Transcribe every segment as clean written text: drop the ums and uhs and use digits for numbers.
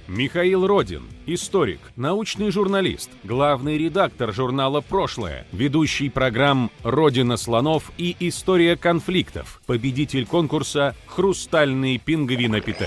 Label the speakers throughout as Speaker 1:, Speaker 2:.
Speaker 1: Михаил Родин, историк, научный журналист, главный редактор журнала «Прошлое», ведущий программ «Родина слонов» и «История конфликтов», победитель конкурса «Хрустальный пингвинопитек».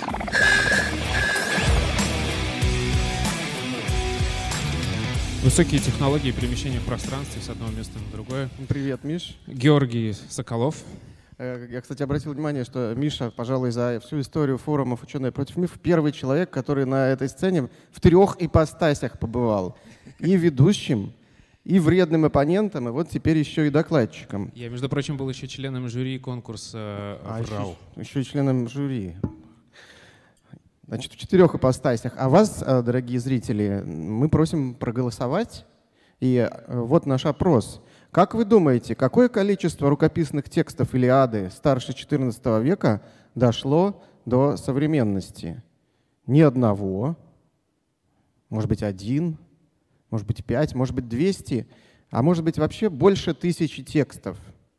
Speaker 2: Высокие технологии перемещения в пространстве с одного места на другое.
Speaker 3: Привет, Миш.
Speaker 2: Георгий Соколов.
Speaker 3: Я, кстати, обратил внимание, что Миша, пожалуй, за всю историю форумов «Ученые против мифов» первый человек, который на этой сцене в 3 ипостасях побывал. И ведущим, и вредным оппонентом, и вот теперь еще и докладчиком.
Speaker 2: Я, между прочим, был еще членом жюри конкурса ВРАУ.
Speaker 3: Еще и членом жюри. Значит, в 4 ипостасях. А вас, дорогие зрители, мы просим проголосовать. И вот наш опрос. Как вы думаете, какое количество рукописных текстов Илиады старше XIV века дошло до современности? Ни одного, может быть, 1, может быть, 5, может быть, 200, а может быть, вообще больше 1000 текстов.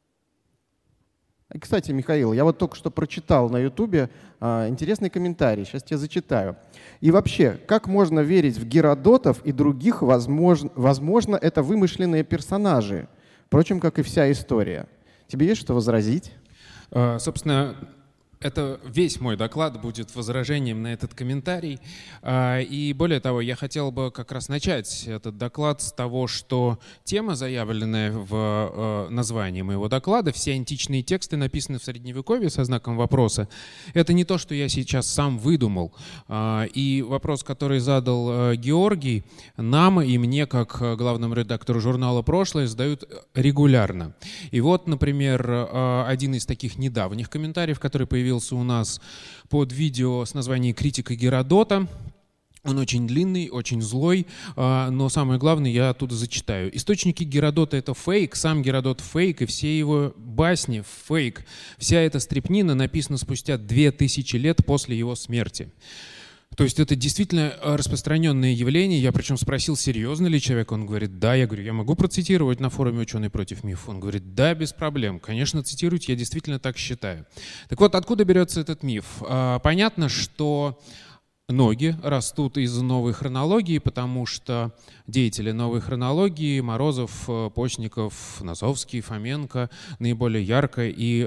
Speaker 3: И, кстати, Михаил, я вот только что прочитал на Ютубе интересный комментарий, сейчас тебе зачитаю. И вообще, как можно верить в Геродотов и других, возможно, это вымышленные персонажи? Впрочем, как и вся история. Тебе есть что возразить?
Speaker 2: Собственно, это весь мой доклад будет возражением на этот комментарий. И более того, я хотел бы как раз начать этот доклад с того, что тема, заявленная в названии моего доклада, все античные тексты написаны в Средневековье со знаком вопроса, это не то, что я сейчас сам выдумал. И вопрос, который задал Георгий, нам и мне, как главному редактору журнала «Прошлое», задают регулярно. И вот, например, один из таких недавних комментариев, который появился у нас под видео с названием «Критика Геродота». Он очень длинный, очень злой, но самое главное я оттуда зачитаю. Источники Геродота — это фейк, сам Геродот — фейк, и все его басни — фейк. Вся эта стряпнина написана спустя 2000 лет после его смерти. То есть это действительно распространенное явление. Я причем спросил, серьезно ли человек. Он говорит, да. Я говорю, я могу процитировать на форуме «Ученые против мифов». Он говорит, да, без проблем. Конечно, цитируйте, я действительно так считаю. Так вот, откуда берется этот миф? Понятно, что ноги растут из новой хронологии, потому что деятели новой хронологии — Морозов, Постников, Носовский, Фоменко — наиболее ярко и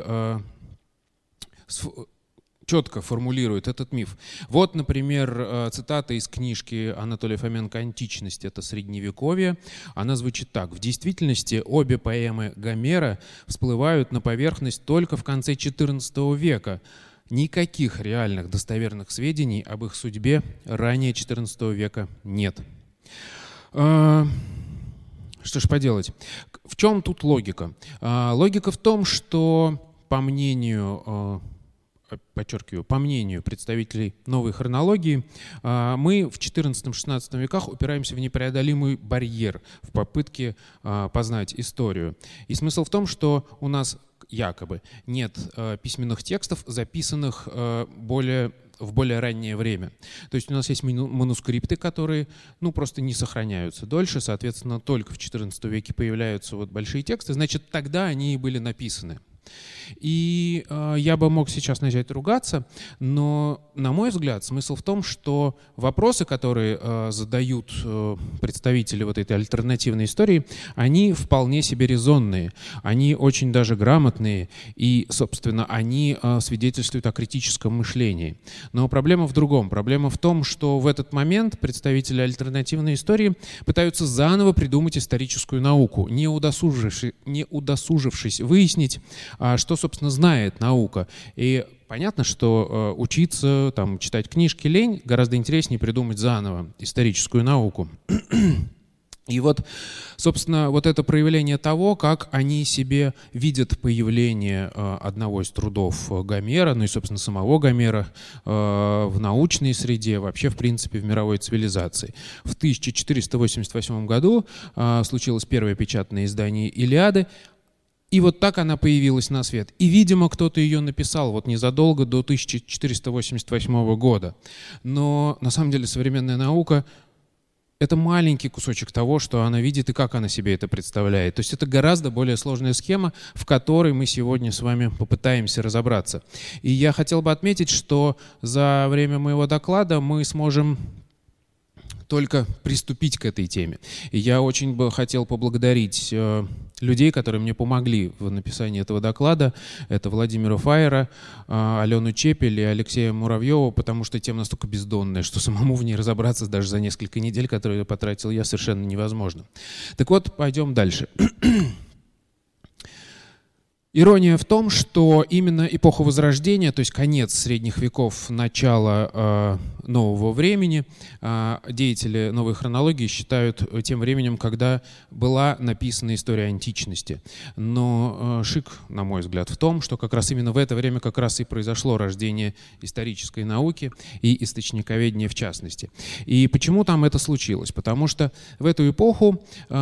Speaker 2: четко формулирует этот миф. Вот, например, цитата из книжки Анатолия Фоменко «Античность. Это Средневековье». Она звучит так. «В действительности обе поэмы Гомера всплывают на поверхность только в конце XIV века. Никаких реальных достоверных сведений об их судьбе ранее XIV века нет». Что ж поделать? В чем тут логика? Логика в том, что, по мнению представителей новой хронологии, мы в XIV-XVI веках упираемся в непреодолимый барьер в попытке познать историю. И смысл в том, что у нас якобы нет письменных текстов, записанных в более раннее время. То есть у нас есть манускрипты, которые просто не сохраняются дольше, соответственно, только в XIV веке появляются большие тексты, значит, тогда они и были написаны. И я бы мог сейчас начать ругаться, но, на мой взгляд, смысл в том, что вопросы, которые задают представители вот этой альтернативной истории, они вполне себе резонные, они очень даже грамотные, и, собственно, они свидетельствуют о критическом мышлении. Но проблема в другом. Проблема в том, что в этот момент представители альтернативной истории пытаются заново придумать историческую науку, не удосужившись выяснить, что, собственно, знает наука. И понятно, что учиться, читать книжки лень, гораздо интереснее придумать заново историческую науку. И вот, собственно, вот это проявление того, как они себе видят появление одного из трудов Гомера, и, собственно, самого Гомера в научной среде, вообще, в принципе, в мировой цивилизации. В 1488 году случилось первое печатное издание «Илиады», и вот так она появилась на свет. И, видимо, кто-то ее написал незадолго до 1488 года. Но, на самом деле, современная наука это маленький кусочек того, что она видит и как она себе это представляет. То есть это гораздо более сложная схема, в которой мы сегодня с вами попытаемся разобраться. И я хотел бы отметить, что за время моего доклада мы сможем только приступить к этой теме. И я очень бы хотел поблагодарить людей, которые мне помогли в написании этого доклада. Это Владимира Фаера, Алену Чепель и Алексея Муравьева, потому что тема настолько бездонная, что самому в ней разобраться даже за несколько недель, которые потратил я, совершенно невозможно. Так вот, пойдем дальше. Ирония в том, что именно эпоха Возрождения, то есть конец средних веков, начало нового времени, деятели новой хронологии считают тем временем, когда была написана история античности. Но шик, на мой взгляд, в том, что как раз именно в это время как раз и произошло рождение исторической науки и источниковедения в частности. И почему там это случилось? Потому что в эту эпоху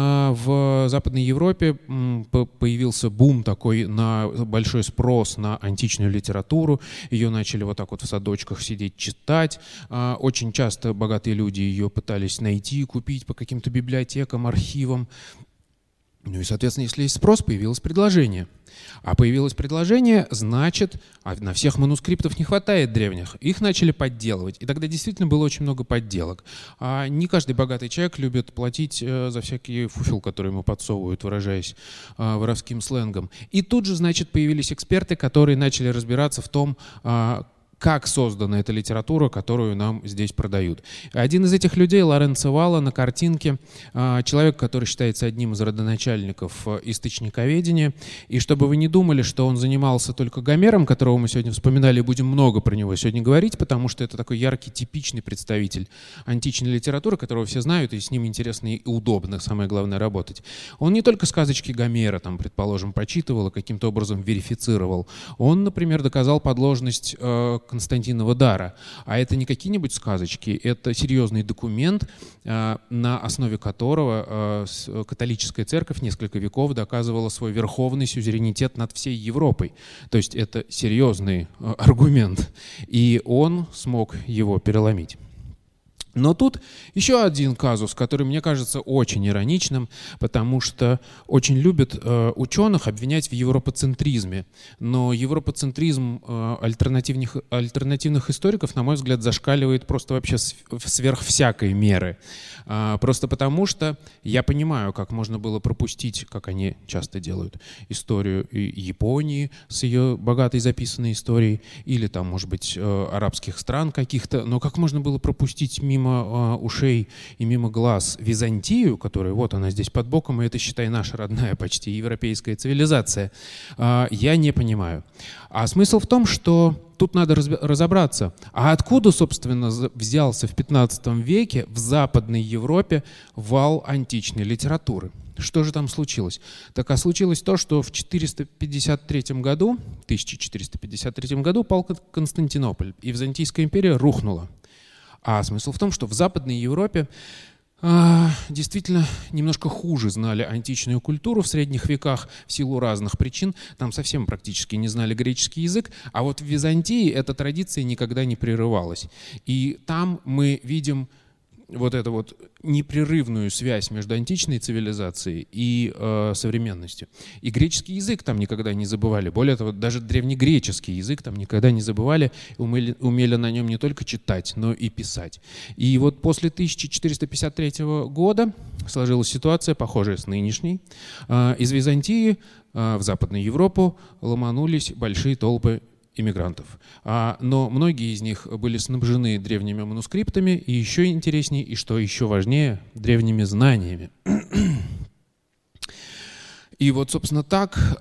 Speaker 2: в Западной Европе появился бум такой на большой спрос на античную литературу. Ее начали вот так вот в садочках сидеть читать. Очень часто богатые люди ее пытались найти, купить по каким-то библиотекам, архивам. Ну и, соответственно, если есть спрос, появилось предложение. А появилось предложение, значит, на всех манускриптов не хватает древних. Их начали подделывать. И тогда действительно было очень много подделок. А не каждый богатый человек любит платить за всякий фуфел, который ему подсовывают, выражаясь воровским сленгом. И тут же, значит, появились эксперты, которые начали разбираться в том, как создана эта литература, которую нам здесь продают. Один из этих людей, Лоренцо Валла, на картинке, человек, который считается одним из родоначальников источниковедения. И чтобы вы не думали, что он занимался только Гомером, которого мы сегодня вспоминали, будем много про него сегодня говорить, потому что это такой яркий, типичный представитель античной литературы, которого все знают, и с ним интересно и удобно, самое главное, работать. Он не только сказочки Гомера, там, предположим, прочитывал и каким-то образом верифицировал. Он, например, доказал подложность Константинова дара. А это не какие-нибудь сказочки, это серьезный документ, на основе которого католическая церковь несколько веков доказывала свой верховный сюзеренитет над всей Европой. То есть это серьезный аргумент, и он смог его переломить. Но тут еще один казус, который мне кажется очень ироничным, потому что очень любят ученых обвинять в европоцентризме. Но европоцентризм альтернативных историков, на мой взгляд, зашкаливает просто вообще сверх всякой меры. Просто потому что я понимаю, как можно было пропустить, как они часто делают, историю Японии с ее богатой записанной историей, или там, может быть, арабских стран каких-то, но как можно было пропустить мимо ушей и мимо глаз Византию, которая вот она здесь под боком, и это, считай, наша родная почти европейская цивилизация, я не понимаю. А смысл в том, что тут надо разобраться, а откуда, собственно, взялся в 15 веке в Западной Европе вал античной литературы? Что же там случилось? Так а случилось то, что в 1453 году пал Константинополь, и Византийская империя рухнула. А смысл в том, что в Западной Европе действительно немножко хуже знали античную культуру в средних веках в силу разных причин. Там совсем практически не знали греческий язык, а вот в Византии эта традиция никогда не прерывалась. И там мы видим вот эту вот непрерывную связь между античной цивилизацией и современностью. И греческий язык там никогда не забывали. Более того, даже древнегреческий язык там никогда не забывали, умели на нем не только читать, но и писать. И вот после 1453 года сложилась ситуация, похожая с нынешней. Из Византии в Западную Европу ломанулись большие толпы иммигрантов. Но многие из них были снабжены древними манускриптами, и еще интереснее, и что еще важнее, древними знаниями. И вот, собственно, так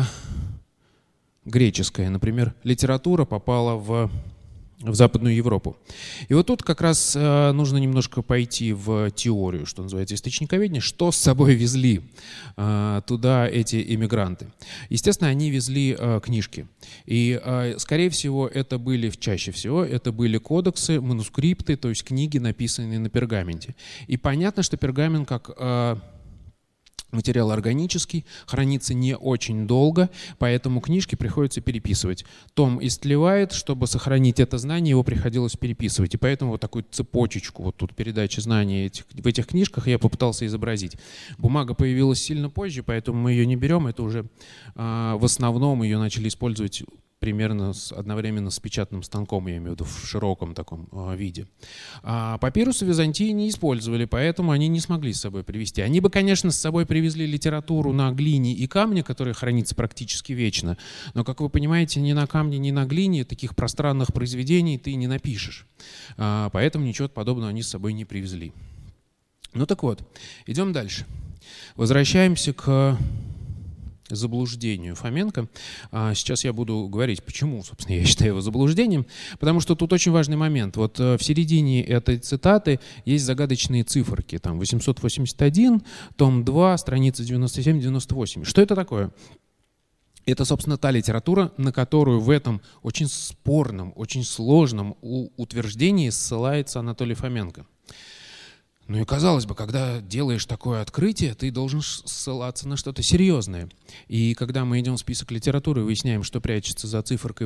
Speaker 2: греческая, например, литература попала в Западную Европу. И вот тут как раз нужно немножко пойти в теорию, что называется источниковедение, что с собой везли туда эти иммигранты. Естественно, они везли книжки. И, скорее всего, чаще всего это были кодексы, манускрипты, то есть книги, написанные на пергаменте. И понятно, что пергамент как Материал органический, хранится не очень долго, поэтому книжки приходится переписывать. Том истлевает, чтобы сохранить это знание, его приходилось переписывать. И поэтому вот такую цепочечку, вот тут передачи знаний в этих книжках я попытался изобразить. Бумага появилась сильно позже, поэтому мы ее не берем. Это уже в основном ее начали использовать примерно одновременно с печатным станком, я имею в виду в широком таком виде. А папирусы в Византии не использовали, поэтому они не смогли с собой привезти. Они бы, конечно, с собой привезли литературу на глине и камне, которая хранится практически вечно, но, как вы понимаете, ни на камне, ни на глине таких пространных произведений ты не напишешь. Поэтому ничего подобного они с собой не привезли. Ну так вот, идем дальше. Возвращаемся к заблуждению Фоменко. Сейчас я буду говорить, почему, собственно, я считаю его заблуждением, потому что тут очень важный момент. Вот в середине этой цитаты есть загадочные циферки, там 881, том 2, страница 97-98. Что это такое? Это, собственно, та литература, на которую в этом очень спорном, очень сложном утверждении ссылается Анатолий Фоменко. Ну и казалось бы, когда делаешь такое открытие, ты должен ссылаться на что-то серьезное. И когда мы идем в список литературы и выясняем, что прячется за циферкой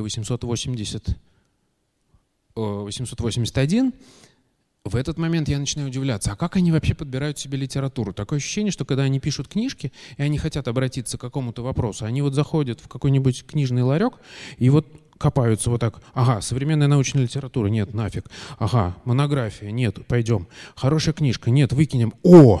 Speaker 2: 881, в этот момент я начинаю удивляться, а как они вообще подбирают себе литературу? Такое ощущение, что когда они пишут книжки, и они хотят обратиться к какому-то вопросу, они вот заходят в какой-нибудь книжный ларек, и вот копаются вот так. Ага, современная научная литература, нет, нафиг. Ага, монография, нет, пойдем. Хорошая книжка, нет, выкинем. О!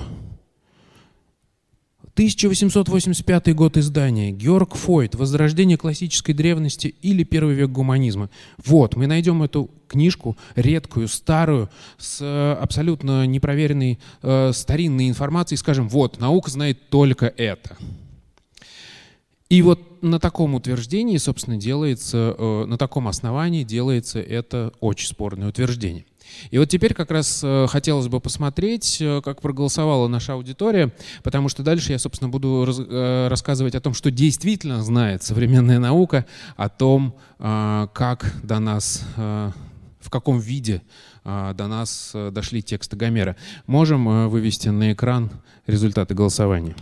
Speaker 2: 1885 год издания. Георг Фойт. «Возрождение классической древности» или «Первый век гуманизма». Вот, мы найдем эту книжку, редкую, старую, с абсолютно непроверенной старинной информацией, и скажем, вот, наука знает только это. И вот на таком утверждении, собственно, делается, на таком основании делается это очень спорное утверждение. И вот теперь как раз хотелось бы посмотреть, как проголосовала наша аудитория, потому что дальше я, собственно, буду рассказывать о том, что действительно знает современная наука, о том, как до нас, в каком виде до нас дошли тексты Гомера. Можем вывести на экран результаты голосования.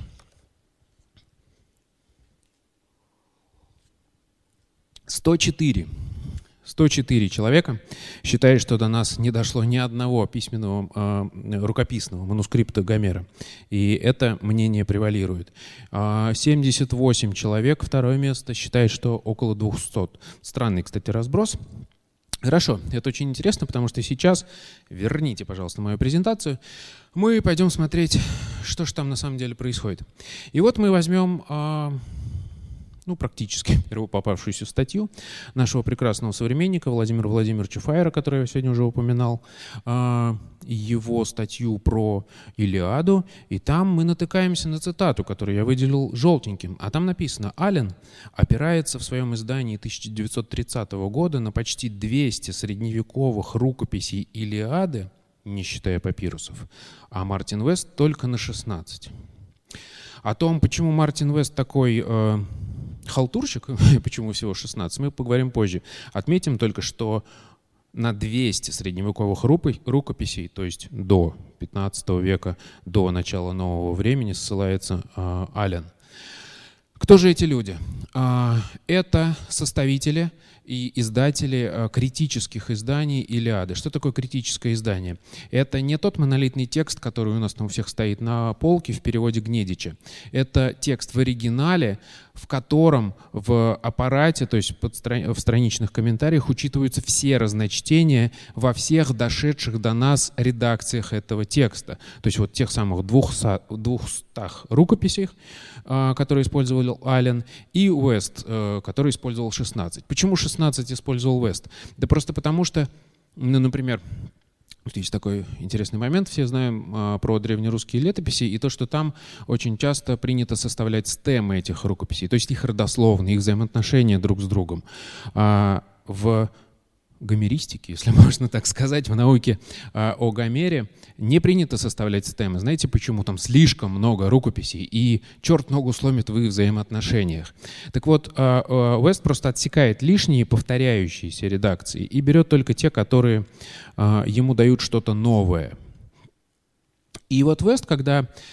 Speaker 2: 104 человека считают, что до нас не дошло ни одного письменного рукописного манускрипта Гомера. И это мнение превалирует. 78 человек, второе место, считает, что около 200. Странный, кстати, разброс. Хорошо, это очень интересно, потому что сейчас, верните, пожалуйста, мою презентацию, мы пойдем смотреть, что же там на самом деле происходит. И вот мы возьмем практически первую попавшуюся статью нашего прекрасного современника Владимира Владимировича Файера, который я сегодня уже упоминал, его статью про Илиаду, и там мы натыкаемся на цитату, которую я выделил желтеньким, а там написано: Аллен опирается в своем издании 1930 года на почти 200 средневековых рукописей Илиады, не считая папирусов, а Мартин Вест только на 16. О том, почему Мартин Вест такой халтурщик, почему всего 16, мы поговорим позже. Отметим только, что на 200 средневековых рукописей, то есть до 15 века, до начала нового времени, ссылается Аллен. Кто же эти люди? Это составители и издатели критических изданий Илиады. Что такое критическое издание? Это не тот монолитный текст, который у нас там у всех стоит на полке в переводе Гнедича. Это текст в оригинале, в котором в аппарате, то есть в страничных комментариях учитываются все разночтения во всех дошедших до нас редакциях этого текста. То есть вот тех самых 200 рукописях, которые использовал Аллен, и Уэст, который использовал 16. Почему 16 использовал Уэст? Да просто потому что, например, есть такой интересный момент, все знаем про древнерусские летописи и то, что там очень часто принято составлять стемы этих рукописей, то есть их родословные, их взаимоотношения друг с другом. В гомеристике, если можно так сказать, в науке о Гомере не принято составлять стемы. Знаете почему? Там слишком много рукописей, и черт ногу сломит в их взаимоотношениях. Так вот, Уэст просто отсекает лишние повторяющиеся редакции и берет только те, которые ему дают что-то новое. И вот Уэст, когда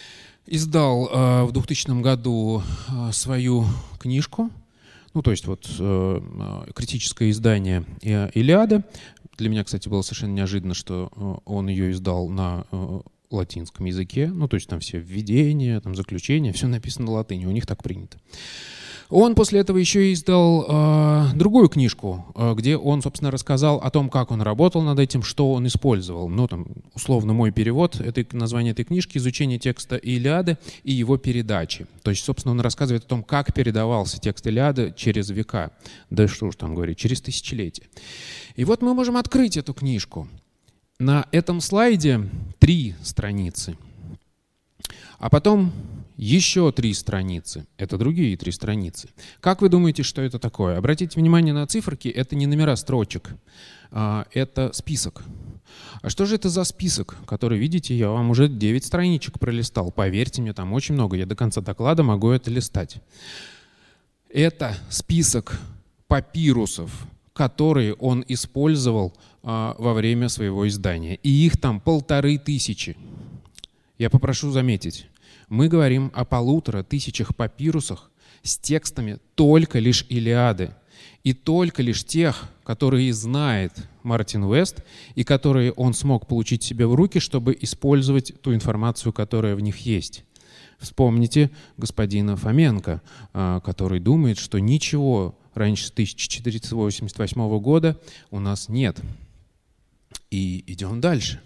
Speaker 2: издал в 2000 году свою книжку, ну, то есть вот критическое издание «Илиады». Для меня, кстати, было совершенно неожиданно, что он ее издал на латинском языке, ну, то есть там все введения, там заключения, все написано на латыни, у них так принято. Он после этого еще и издал другую книжку, где он, собственно, рассказал о том, как он работал над этим, что он использовал. Ну, там, условно, мой перевод, название этой книжки «Изучение текста Илиады и его передачи». То есть, собственно, он рассказывает о том, как передавался текст Илиады через века. Да что уж там говорить, через тысячелетия. И вот мы можем открыть эту книжку. На этом слайде 3 страницы, а потом еще 3 страницы. Это другие 3 страницы. Как вы думаете, что это такое? Обратите внимание на циферки. Это не номера строчек, это список. А что же это за список, который, видите, я вам уже 9 страничек пролистал. Поверьте мне, там очень много. Я до конца доклада могу это листать. Это список папирусов, которые он использовал во время своего издания. И их там 1500. Я попрошу заметить, мы говорим о 1500 папирусах с текстами только лишь Илиады. И только лишь тех, которые знает Мартин Уэст и которые он смог получить себе в руки, чтобы использовать ту информацию, которая в них есть. Вспомните господина Фоменко, который думает, что ничего раньше 1488 года у нас нет. И идем дальше.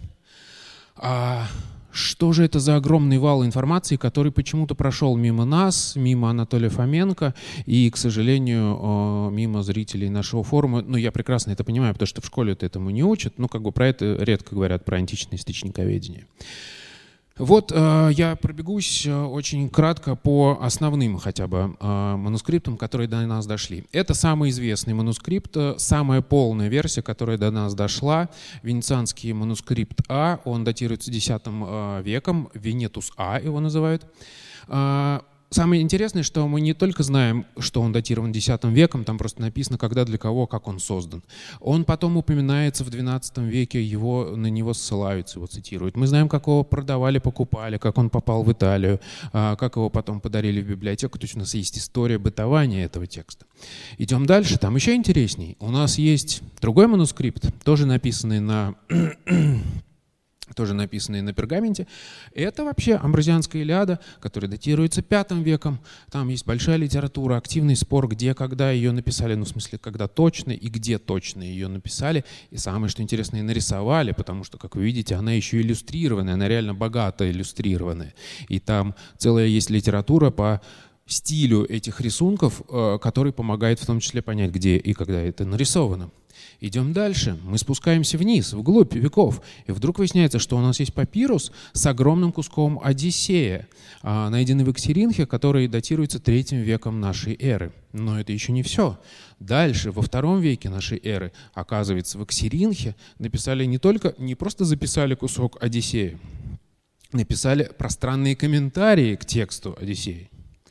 Speaker 2: Что же это за огромный вал информации, который почему-то прошел мимо нас, мимо Анатолия Фоменко и, к сожалению, мимо зрителей нашего форума? Ну, я прекрасно это понимаю, потому что в школе этому не учат, ну, как бы про это редко говорят, про античное источниковедение. Вот я пробегусь очень кратко по основным хотя бы манускриптам, которые до нас дошли. Это самый известный манускрипт, самая полная версия, которая до нас дошла. Венецианский манускрипт А, он датируется X веком, Венетус А его называют. Самое интересное, что мы не только знаем, что он датирован X веком, там просто написано, когда, для кого, как он создан. Он потом упоминается в XII веке, на него ссылаются, его цитируют. Мы знаем, как его продавали, покупали, как он попал в Италию, как его потом подарили в библиотеку. То есть у нас есть история бытования этого текста. Идем дальше, там еще интересней. У нас есть другой манускрипт, тоже написанный на пергаменте. Это вообще амброзианская Илиада, которая датируется V веком. Там есть большая литература, активный спор, где, когда ее написали, ну, в смысле, когда точно и где точно ее написали. И самое, что интересно, и нарисовали, потому что, как вы видите, она еще иллюстрированная, она реально богато иллюстрированная. И там целая есть литература по стилю этих рисунков, который помогает в том числе понять, где и когда это нарисовано. Идем дальше. Мы спускаемся вниз, вглубь веков. И вдруг выясняется, что у нас есть папирус с огромным куском Одиссея, найденный в Оксиринхе, который датируется III веком нашей эры. Но это еще не все. Дальше, во II веке нашей эры, оказывается, в Оксиринхе написали не просто записали кусок Одиссея, написали пространные комментарии к тексту Одиссея.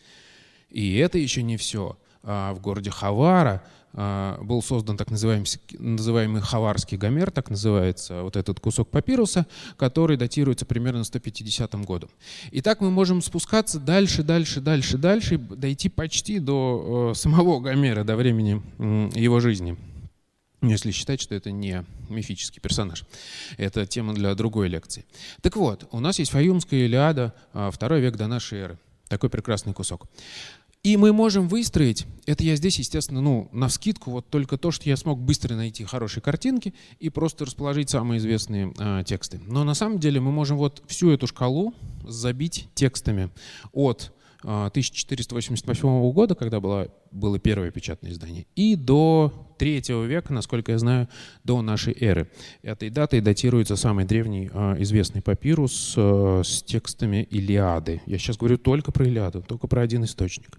Speaker 2: И это еще не все. В городе Хавара был создан так называемый Хаварский Гомер, так называется вот этот кусок папируса, который датируется примерно 150 годом. Итак, мы можем спускаться дальше, и дойти почти до самого Гомера, до времени его жизни. Если считать, что это не мифический персонаж. Это тема для другой лекции. Так вот, у нас есть Фаюмская Илиада, II век до нашей эры. Такой прекрасный кусок. И мы можем выстроить, это я здесь, естественно, навскидку, вот только то, что я смог быстро найти хорошие картинки и просто расположить самые известные тексты. Но на самом деле мы можем вот всю эту шкалу забить текстами от 1488 года, когда было первое печатное издание, и до III века, насколько я знаю, до нашей эры. Этой датой датируется самый древний известный папирус с текстами Илиады. Я сейчас говорю только про Илиаду, только про один источник.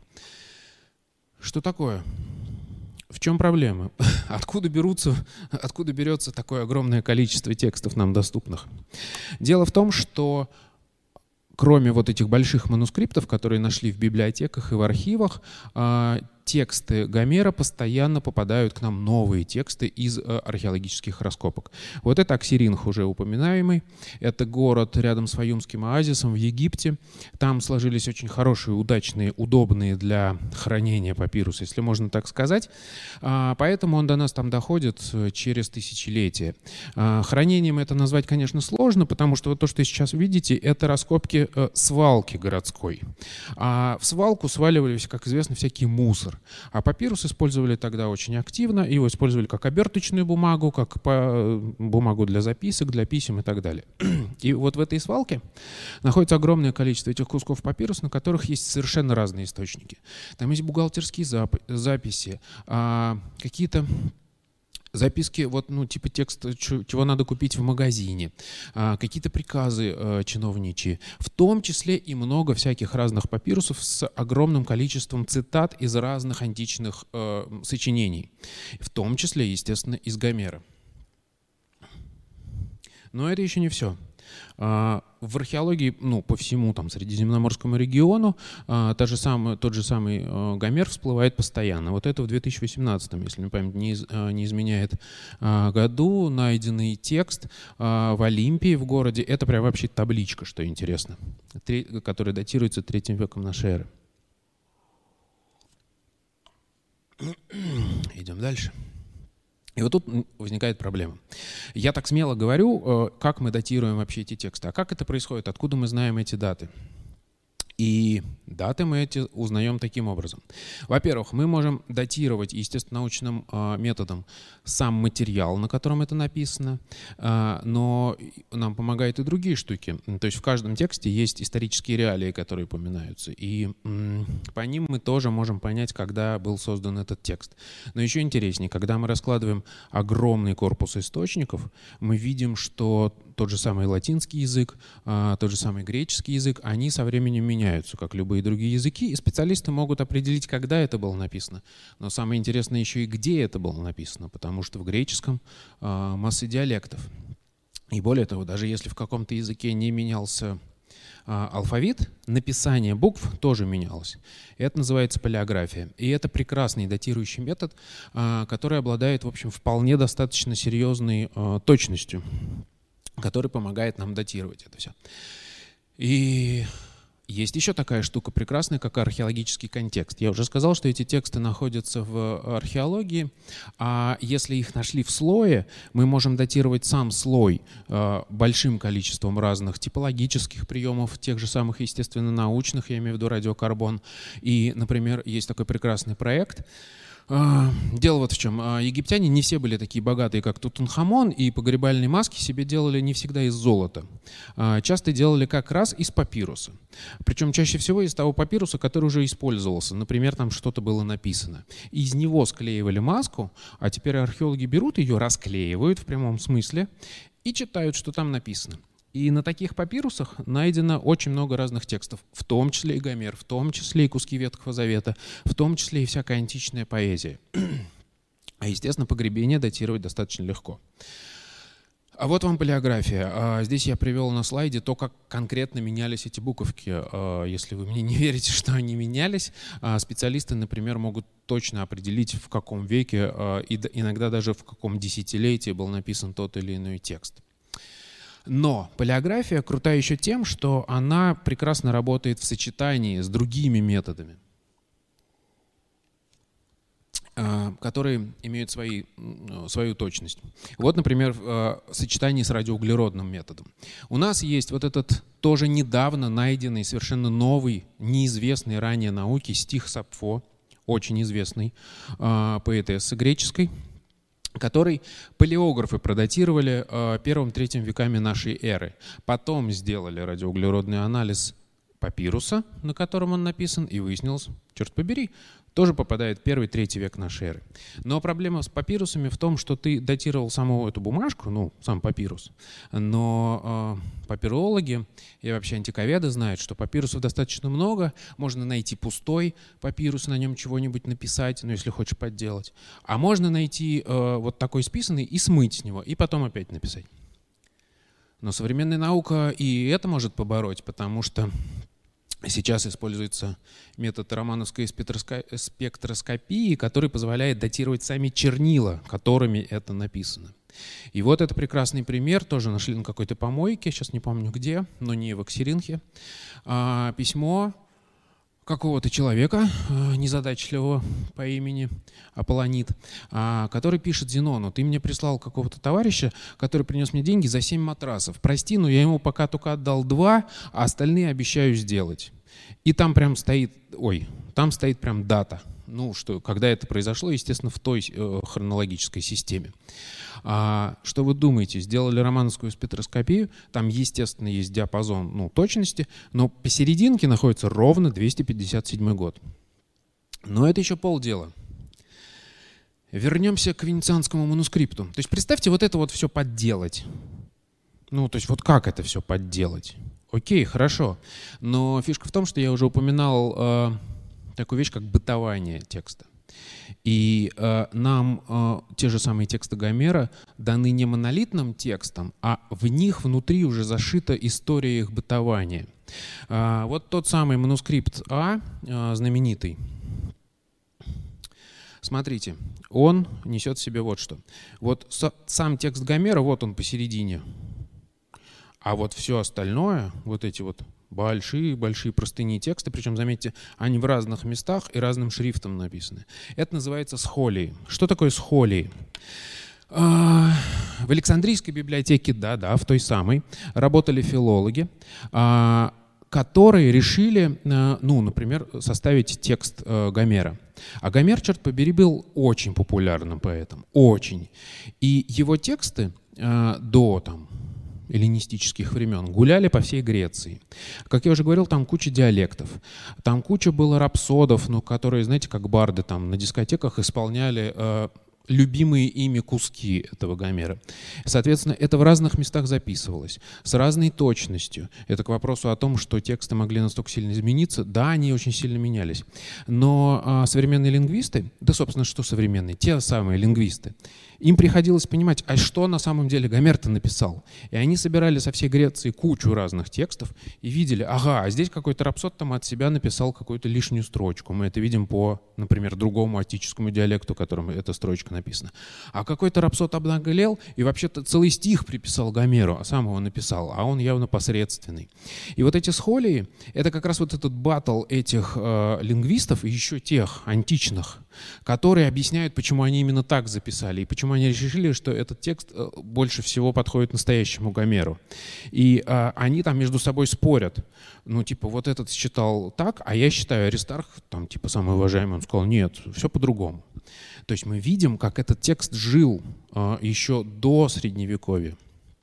Speaker 2: Что такое? В чем проблема? Откуда берется такое огромное количество текстов нам доступных? Дело в том, что кроме вот этих больших манускриптов, которые нашли в библиотеках и в архивах, тексты Гомера постоянно попадают к нам новые тексты из археологических раскопок. Вот это Аксиринх, уже упоминаемый. Это город рядом с Фаюмским оазисом в Египте. Там сложились очень хорошие, удачные, удобные для хранения папирусы, если можно так сказать. Поэтому он до нас там доходит через тысячелетия. Хранением это назвать, конечно, сложно, потому что вот то, что сейчас видите, это раскопки свалки городской. А в свалку сваливались, как известно, всякий мусор. А папирус использовали тогда очень активно. Его использовали как оберточную бумагу, как бумагу для записок, для писем и так далее. И вот в этой свалке находится огромное количество этих кусков папируса, на которых есть совершенно разные источники. Там есть бухгалтерские записи, какие-то записки, вот, ну, типа текста, чего надо купить в магазине, какие-то приказы чиновничьи, в том числе и много всяких разных папирусов с огромным количеством цитат из разных античных сочинений, в том числе, естественно, из Гомера. Но это еще не все. В археологии, ну, по всему там Средиземноморскому региону тот же самый Гомер всплывает постоянно. Вот это в 2018, если мне память не изменяет, году найденный текст в Олимпии в городе. Это прям вообще табличка, что интересно, которая датируется 3 веком нашей эры. Идем дальше. И вот тут возникает проблема. Я так смело говорю, как мы датируем вообще эти тексты. А как это происходит? Откуда мы знаем эти даты? И даты мы эти узнаем таким образом. Во-первых, мы можем датировать естественно-научным методом сам материал, на котором это написано, но нам помогают и другие штуки. То есть в каждом тексте есть исторические реалии, которые упоминаются, и по ним мы тоже можем понять, когда был создан этот текст. Но еще интереснее, когда мы раскладываем огромный корпус источников, мы видим, что тот же самый латинский язык, тот же самый греческий язык, они со временем меняются, как любые другие языки, и специалисты могут определить, когда это было написано. Но самое интересное еще и где это было написано, потому что в греческом масса диалектов. И более того, даже если в каком-то языке не менялся алфавит, написание букв тоже менялось. Это называется палеография. И это прекрасный датирующий метод, который обладает, в общем, вполне достаточно серьезной точностью, который помогает нам датировать это все. И есть еще такая штука прекрасная, как археологический контекст. Я уже сказал, что эти тексты находятся в археологии, а если их нашли в слое, мы можем датировать сам слой большим количеством разных типологических приемов, тех же самых естественно-научных, я имею в виду радиокарбон. И, например, есть такой прекрасный проект. Дело вот в чем. Египтяне не все были такие богатые, как Тутанхамон, и погребальные маски себе делали не всегда из золота. Часто делали как раз из папируса. Причем чаще всего из того папируса, который уже использовался. Например, там что-то было написано. Из него склеивали маску, а теперь археологи берут ее, расклеивают в прямом смысле и читают, что там написано. И на таких папирусах найдено очень много разных текстов, в том числе и Гомер, в том числе и куски Ветхого Завета, в том числе и всякая античная поэзия. А, естественно, погребение датировать достаточно легко. А вот вам палеография. Здесь я привел на слайде то, как конкретно менялись эти буковки. Если вы мне не верите, что они менялись, специалисты, например, могут точно определить, в каком веке и иногда даже в каком десятилетии был написан тот или иной текст. Но палеография крута еще тем, что она прекрасно работает в сочетании с другими методами, которые имеют свою точность. Вот, например, в сочетании с радиоуглеродным методом. У нас есть вот этот тоже недавно найденный, совершенно новый, неизвестный ранее науке стих Сапфо, очень известный поэтессы греческой, который палеографы продатировали 1-3 веками нашей эры. Потом сделали радиоуглеродный анализ папируса, на котором он написан, и выяснилось, черт побери, тоже попадает в 1-3 век нашей эры. Но проблема с папирусами в том, что ты датировал саму эту бумажку, ну, сам папирус, но папирологи и вообще антиковеды знают, что папирусов достаточно много, можно найти пустой папирус, на нем чего-нибудь написать, ну, если хочешь подделать, а можно найти вот такой списанный и смыть с него, и потом опять написать. Но современная наука и это может побороть, потому что Сейчас используется метод романовской спектроскопии, который позволяет датировать сами чернила, которыми это написано. И вот это прекрасный пример, тоже нашли на какой-то помойке, сейчас не помню где, но не в Аксеринхе. Письмо какого-то человека, незадачливого по имени Аполлонит, который пишет Зенону: «Ты мне прислал какого-то товарища, который принес мне деньги за 7 матрасов. Прости, но я ему пока только отдал 2, а остальные обещаю сделать». И там прям стоит, там стоит прям дата. Ну, что, когда это произошло, естественно, в той хронологической системе. Что вы думаете? Сделали романовскую спектроскопию, там, естественно, есть диапазон точности, но посерединке находится ровно 257 год. Но это еще полдела. Вернемся к венецианскому манускрипту. То есть представьте вот это вот все подделать. То есть вот как это все подделать? Окей, хорошо. Но фишка в том, что я уже упоминал такую вещь, как бытование текста. И нам те же самые тексты Гомера даны не монолитным текстом, а в них внутри уже зашита история их бытования. Вот тот самый манускрипт знаменитый. Смотрите, он несет в себе вот что. Вот сам текст Гомера, вот он посередине. А вот все остальное, вот эти вот большие-большие простыни текста, причем, заметьте, они в разных местах и разным шрифтом написаны. Это называется схолии. Что такое схолии? В Александрийской библиотеке, да, в той самой, работали филологи, которые решили, например, составить текст Гомера. А Гомер, черт побери, был очень популярным поэтом, очень. И его тексты до эллинистических времен гуляли по всей Греции. Как я уже говорил, там куча диалектов. Там куча было рапсодов, которые, знаете, как барды там на дискотеках исполняли любимые ими куски этого Гомера. Соответственно, это в разных местах записывалось, с разной точностью. Это к вопросу о том, что тексты могли настолько сильно измениться. Да, они очень сильно менялись. Но современные лингвисты, да, собственно, что современные, те самые лингвисты, им приходилось понимать, а что на самом деле Гомер-то написал. И они собирали со всей Греции кучу разных текстов и видели, а здесь какой-то рапсод там от себя написал какую-то лишнюю строчку. Мы это видим по, например, другому аттическому диалекту, которым эта строчка написана. А какой-то рапсод обнаглел и вообще-то целый стих приписал Гомеру, а сам его написал, а он явно посредственный. И вот эти схолии, это как раз вот этот баттл этих лингвистов и еще тех античных, которые объясняют, почему они именно так записали и почему они решили, что этот текст больше всего подходит настоящему Гомеру. И они там между собой спорят. Вот этот считал так, а я считаю, Аристарх, самый уважаемый, он сказал, нет, все по-другому. То есть мы видим, как этот текст жил еще до Средневековья.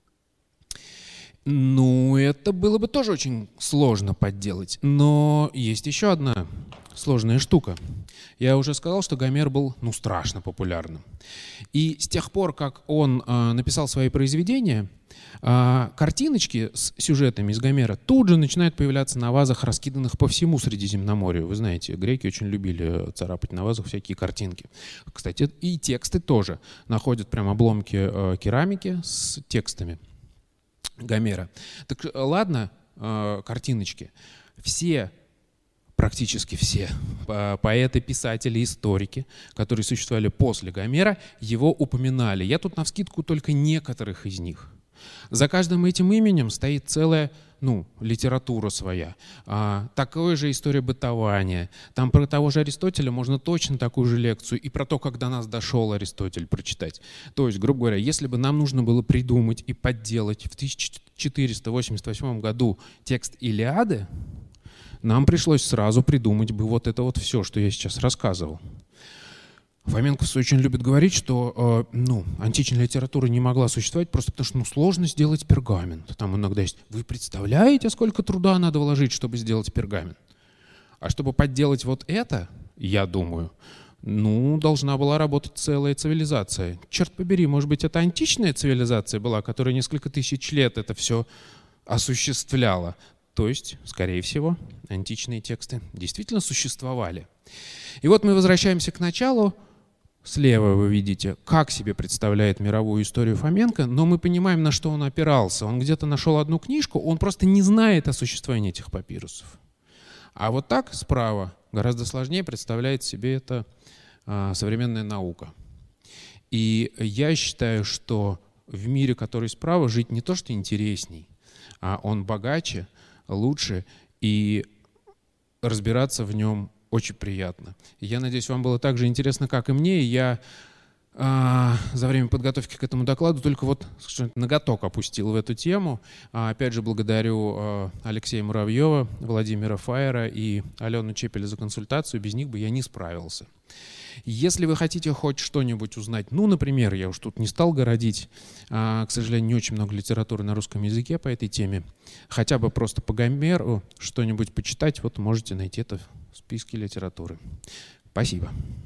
Speaker 2: Это было бы тоже очень сложно подделать. Но есть еще одна сложная штука. Я уже сказал, что Гомер был, страшно популярным. И с тех пор, как он написал свои произведения, картиночки с сюжетами из Гомера тут же начинают появляться на вазах, раскиданных по всему Средиземноморью. Вы знаете, греки очень любили царапать на вазах всякие картинки. Кстати, и тексты тоже. Находят прям обломки керамики с текстами Гомера. Так ладно, картиночки. Практически все поэты, писатели, историки, которые существовали после Гомера, его упоминали. Я тут навскидку только некоторых из них. За каждым этим именем стоит целая литература своя. Такая же история бытования. Там про того же Аристотеля можно точно такую же лекцию и про то, как до нас дошел Аристотель, прочитать. То есть, грубо говоря, если бы нам нужно было придумать и подделать в 1488 году текст Илиады, нам пришлось сразу придумать бы вот это вот все, что я сейчас рассказывал. Фоменковцы очень любят говорить, что античная литература не могла существовать просто потому, что сложно сделать пергамент. Там иногда есть, вы представляете, сколько труда надо вложить, чтобы сделать пергамент? А чтобы подделать вот это, я думаю, должна была работать целая цивилизация. Черт побери, может быть, это античная цивилизация была, которая несколько тысяч лет это все осуществляла. То есть, скорее всего, античные тексты действительно существовали. И вот мы возвращаемся к началу. Слева вы видите, как себе представляет мировую историю Фоменко, но мы понимаем, на что он опирался. Он где-то нашел одну книжку, он просто не знает о существовании этих папирусов. А вот так справа гораздо сложнее представляет себе это современная наука. И я считаю, что в мире, который справа, жить не то что интересней, а он богаче, лучше, и разбираться в нем очень приятно. И я надеюсь, вам было так же интересно, как и мне. Я за время подготовки к этому докладу только вот ноготок опустил в эту тему. Опять же, благодарю Алексея Муравьева, Владимира Фаера и Алену Чепеля за консультацию. Без них бы я не справился. Если вы хотите хоть что-нибудь узнать, ну, например, я уж тут не стал городить, к сожалению, не очень много литературы на русском языке по этой теме, хотя бы просто по Гомеру что-нибудь почитать, вот можете найти это в списке литературы. Спасибо.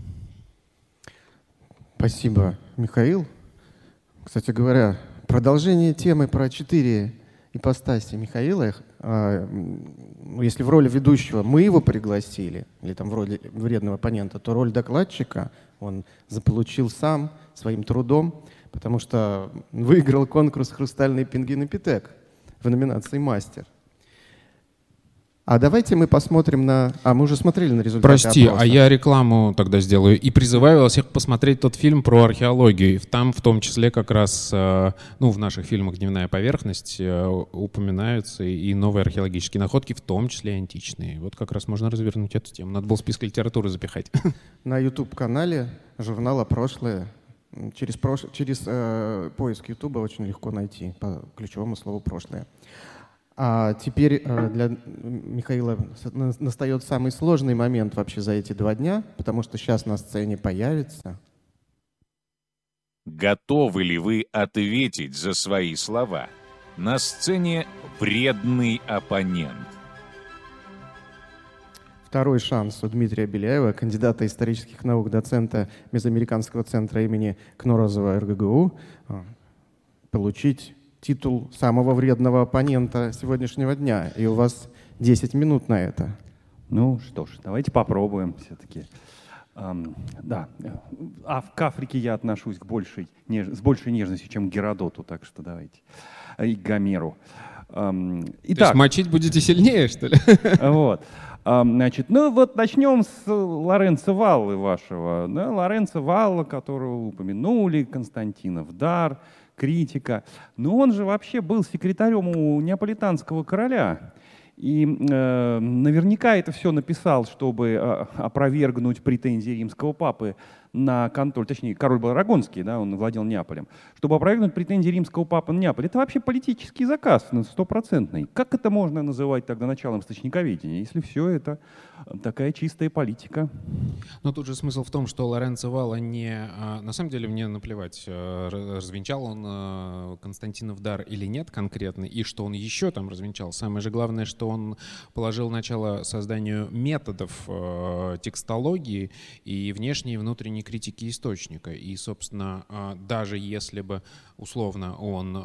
Speaker 3: Спасибо, Михаил. Кстати говоря, продолжение темы про 4 ипостаси Михаила, если в роли ведущего мы его пригласили, или там в роли вредного оппонента, то роль докладчика он заполучил сам своим трудом, потому что выиграл конкурс «Хрустальный пингвинопитек» в номинации «Мастер». А давайте мы посмотрим на... мы уже смотрели на результаты
Speaker 2: Прости,
Speaker 3: опроса.
Speaker 2: а я рекламу тогда сделаю. И призываю вас всех посмотреть тот фильм про археологию. Там в том числе как раз, в наших фильмах «Дневная поверхность» упоминаются и новые археологические находки, в том числе и античные. Вот как раз можно развернуть эту тему. Надо было список литературы запихать. На
Speaker 3: YouTube-канале журнала «Прошлое». Через поиск YouTube очень легко найти по ключевому слову «прошлое». А теперь для Михаила настает самый сложный момент вообще за эти 2 дня, потому что сейчас на сцене появится.
Speaker 4: Готовы ли вы ответить за свои слова? На сцене вредный оппонент.
Speaker 3: Второй шанс у Дмитрия Беляева, кандидата исторических наук, доцента Мезоамериканского центра имени Кнорозова РГГУ, получить титул самого вредного оппонента сегодняшнего дня. И у вас 10 минут на это.
Speaker 5: Ну что ж, давайте попробуем все-таки. Да, к Африке я отношусь с большей нежностью, чем к Геродоту, так что давайте. И к Гомеру.
Speaker 2: То есть мочить будете сильнее, что ли?
Speaker 5: Вот. Начнем с Лоренцо Валлы вашего. Да, Лоренцо Валла, которого упомянули, Константинов дар, критика. Но он же вообще был секретарем у неаполитанского короля. И наверняка это все написал, чтобы опровергнуть претензии римского папы на контроль. Точнее, король был арагонский, да, он владел Неаполем. Чтобы опровергнуть претензии римского папы на Неаполь. Это вообще политический заказ, 100%. Как это можно называть тогда началом источниковедения, если все это такая чистая политика?
Speaker 2: Но тут же смысл в том, что Лоренцо Валла не... На самом деле мне наплевать, развенчал он Константинов дар или нет конкретно, и что он еще там развенчал. Самое же главное, что он положил начало созданию методов текстологии и внешней и внутренней критики источника. И, собственно, даже если бы условно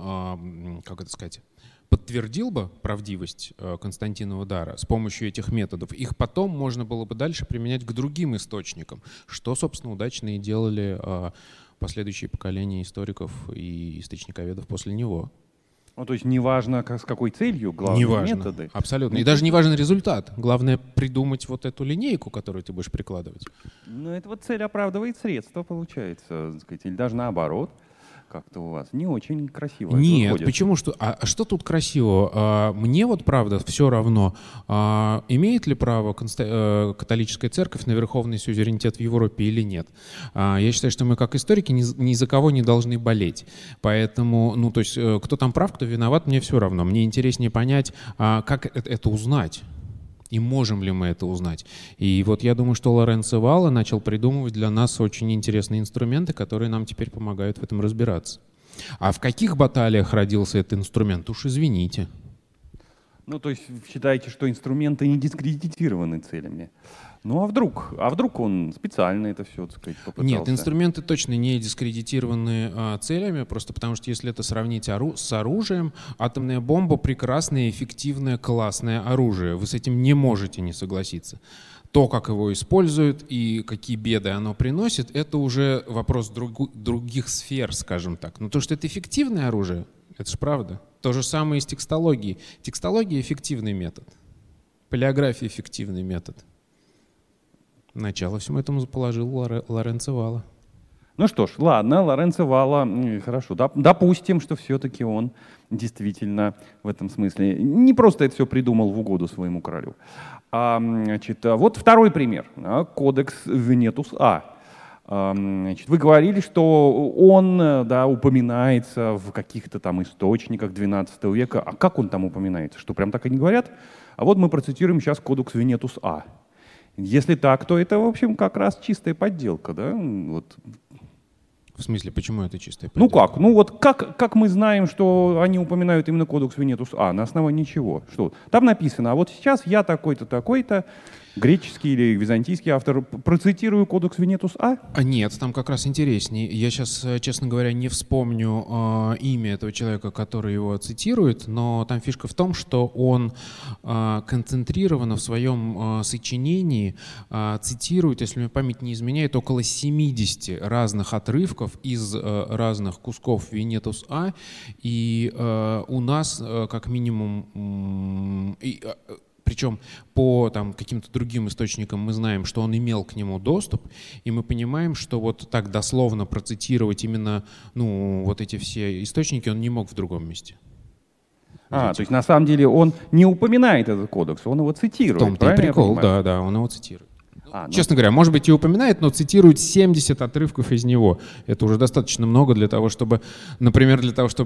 Speaker 2: он, подтвердил бы правдивость Константинова дара с помощью этих методов, их потом можно было бы дальше применять к другим источникам, что, собственно, удачно и делали последующие поколения историков и источниковедов после него.
Speaker 5: Ну, то есть неважно, с какой целью, главное методы.
Speaker 2: Абсолютно. И даже не важен результат. Главное придумать вот эту линейку, которую ты будешь прикладывать.
Speaker 5: Ну, это вот цель оправдывает средства, получается, так сказать, или даже наоборот. Как-то у вас не очень красиво.
Speaker 2: Нет, почему? Что тут красивого? Мне вот, правда, все равно, имеет ли право католическая церковь на верховный сюзеренитет в Европе или нет. Я считаю, что мы как историки ни за кого не должны болеть. Поэтому, кто там прав, кто виноват, мне все равно. Мне интереснее понять, как это узнать. И можем ли мы это узнать? И вот я думаю, что Лоренцо Валла начал придумывать для нас очень интересные инструменты, которые нам теперь помогают в этом разбираться. А в каких баталиях родился этот инструмент? Уж извините.
Speaker 5: Ну, то есть считаете, что инструменты не дискредитированы целями? Ну, а вдруг он специально это все, так сказать, попытался?
Speaker 2: Нет, инструменты точно не дискредитированы целями, просто потому что если это сравнить с оружием, атомная бомба — прекрасное, эффективное, классное оружие. Вы с этим не можете не согласиться. То, как его используют и какие беды оно приносит, это уже вопрос других сфер, скажем так. Но то, что это эффективное оружие, это же правда. То же самое и с текстологией. Текстология — эффективный метод. Палеография — эффективный метод. Начало всему этому положил Лоренцо Валла.
Speaker 5: Ну что ж, ладно, Лоренцо Валла, хорошо, допустим, что все-таки он действительно в этом смысле не просто это все придумал в угоду своему королю. Вот второй пример. Кодекс Венетус А. Вы говорили, что он упоминается в каких-то там источниках XII века. А как он там упоминается? Что, прям так и не говорят? А вот мы процитируем сейчас Кодекс Венетус А. Если так, то это, в общем, как раз чистая подделка, да? Вот.
Speaker 2: В смысле, почему это чистая подделка?
Speaker 5: Ну как? Ну вот как мы знаем, что они упоминают именно Кодекс Венетус А? На основании чего? Что? Там написано, а вот сейчас я такой-то, такой-то, греческий или византийский автор, процитирую Кодекс Венетус А?
Speaker 2: Нет, там как раз интереснее. Я сейчас, честно говоря, не вспомню имя этого человека, который его цитирует, но там фишка в том, что он концентрированно в своем сочинении цитирует, если мне память не изменяет, около 70 разных отрывков из разных кусков Венетус А, и у нас как минимум... Причем по каким-то другим источникам мы знаем, что он имел к нему доступ, и мы понимаем, что вот так дословно процитировать именно вот эти все источники он не мог в другом месте.
Speaker 5: То есть на самом деле он не упоминает этот кодекс, он его цитирует.
Speaker 2: В том-то и прикол, да, он его цитирует. Честно говоря, может быть, и упоминает, но цитирует 70 отрывков из него. Это уже достаточно много для того, чтобы, например,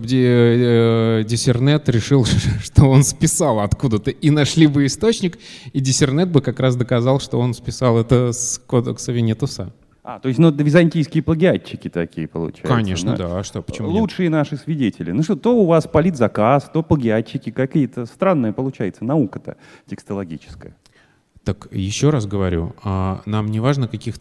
Speaker 2: Диссернет решил, что он списал откуда-то, и нашли бы источник, и Диссернет бы как раз доказал, что он списал это с Кодекса Венетуса.
Speaker 5: То есть, византийские плагиатчики такие, получаются.
Speaker 2: Конечно, да. А что, почему
Speaker 5: лучшие наши свидетели. Ну что, то у вас политзаказ, то плагиатчики какие-то. Странная получается наука-то текстологическая.
Speaker 2: Так еще раз говорю, нам не важно, каких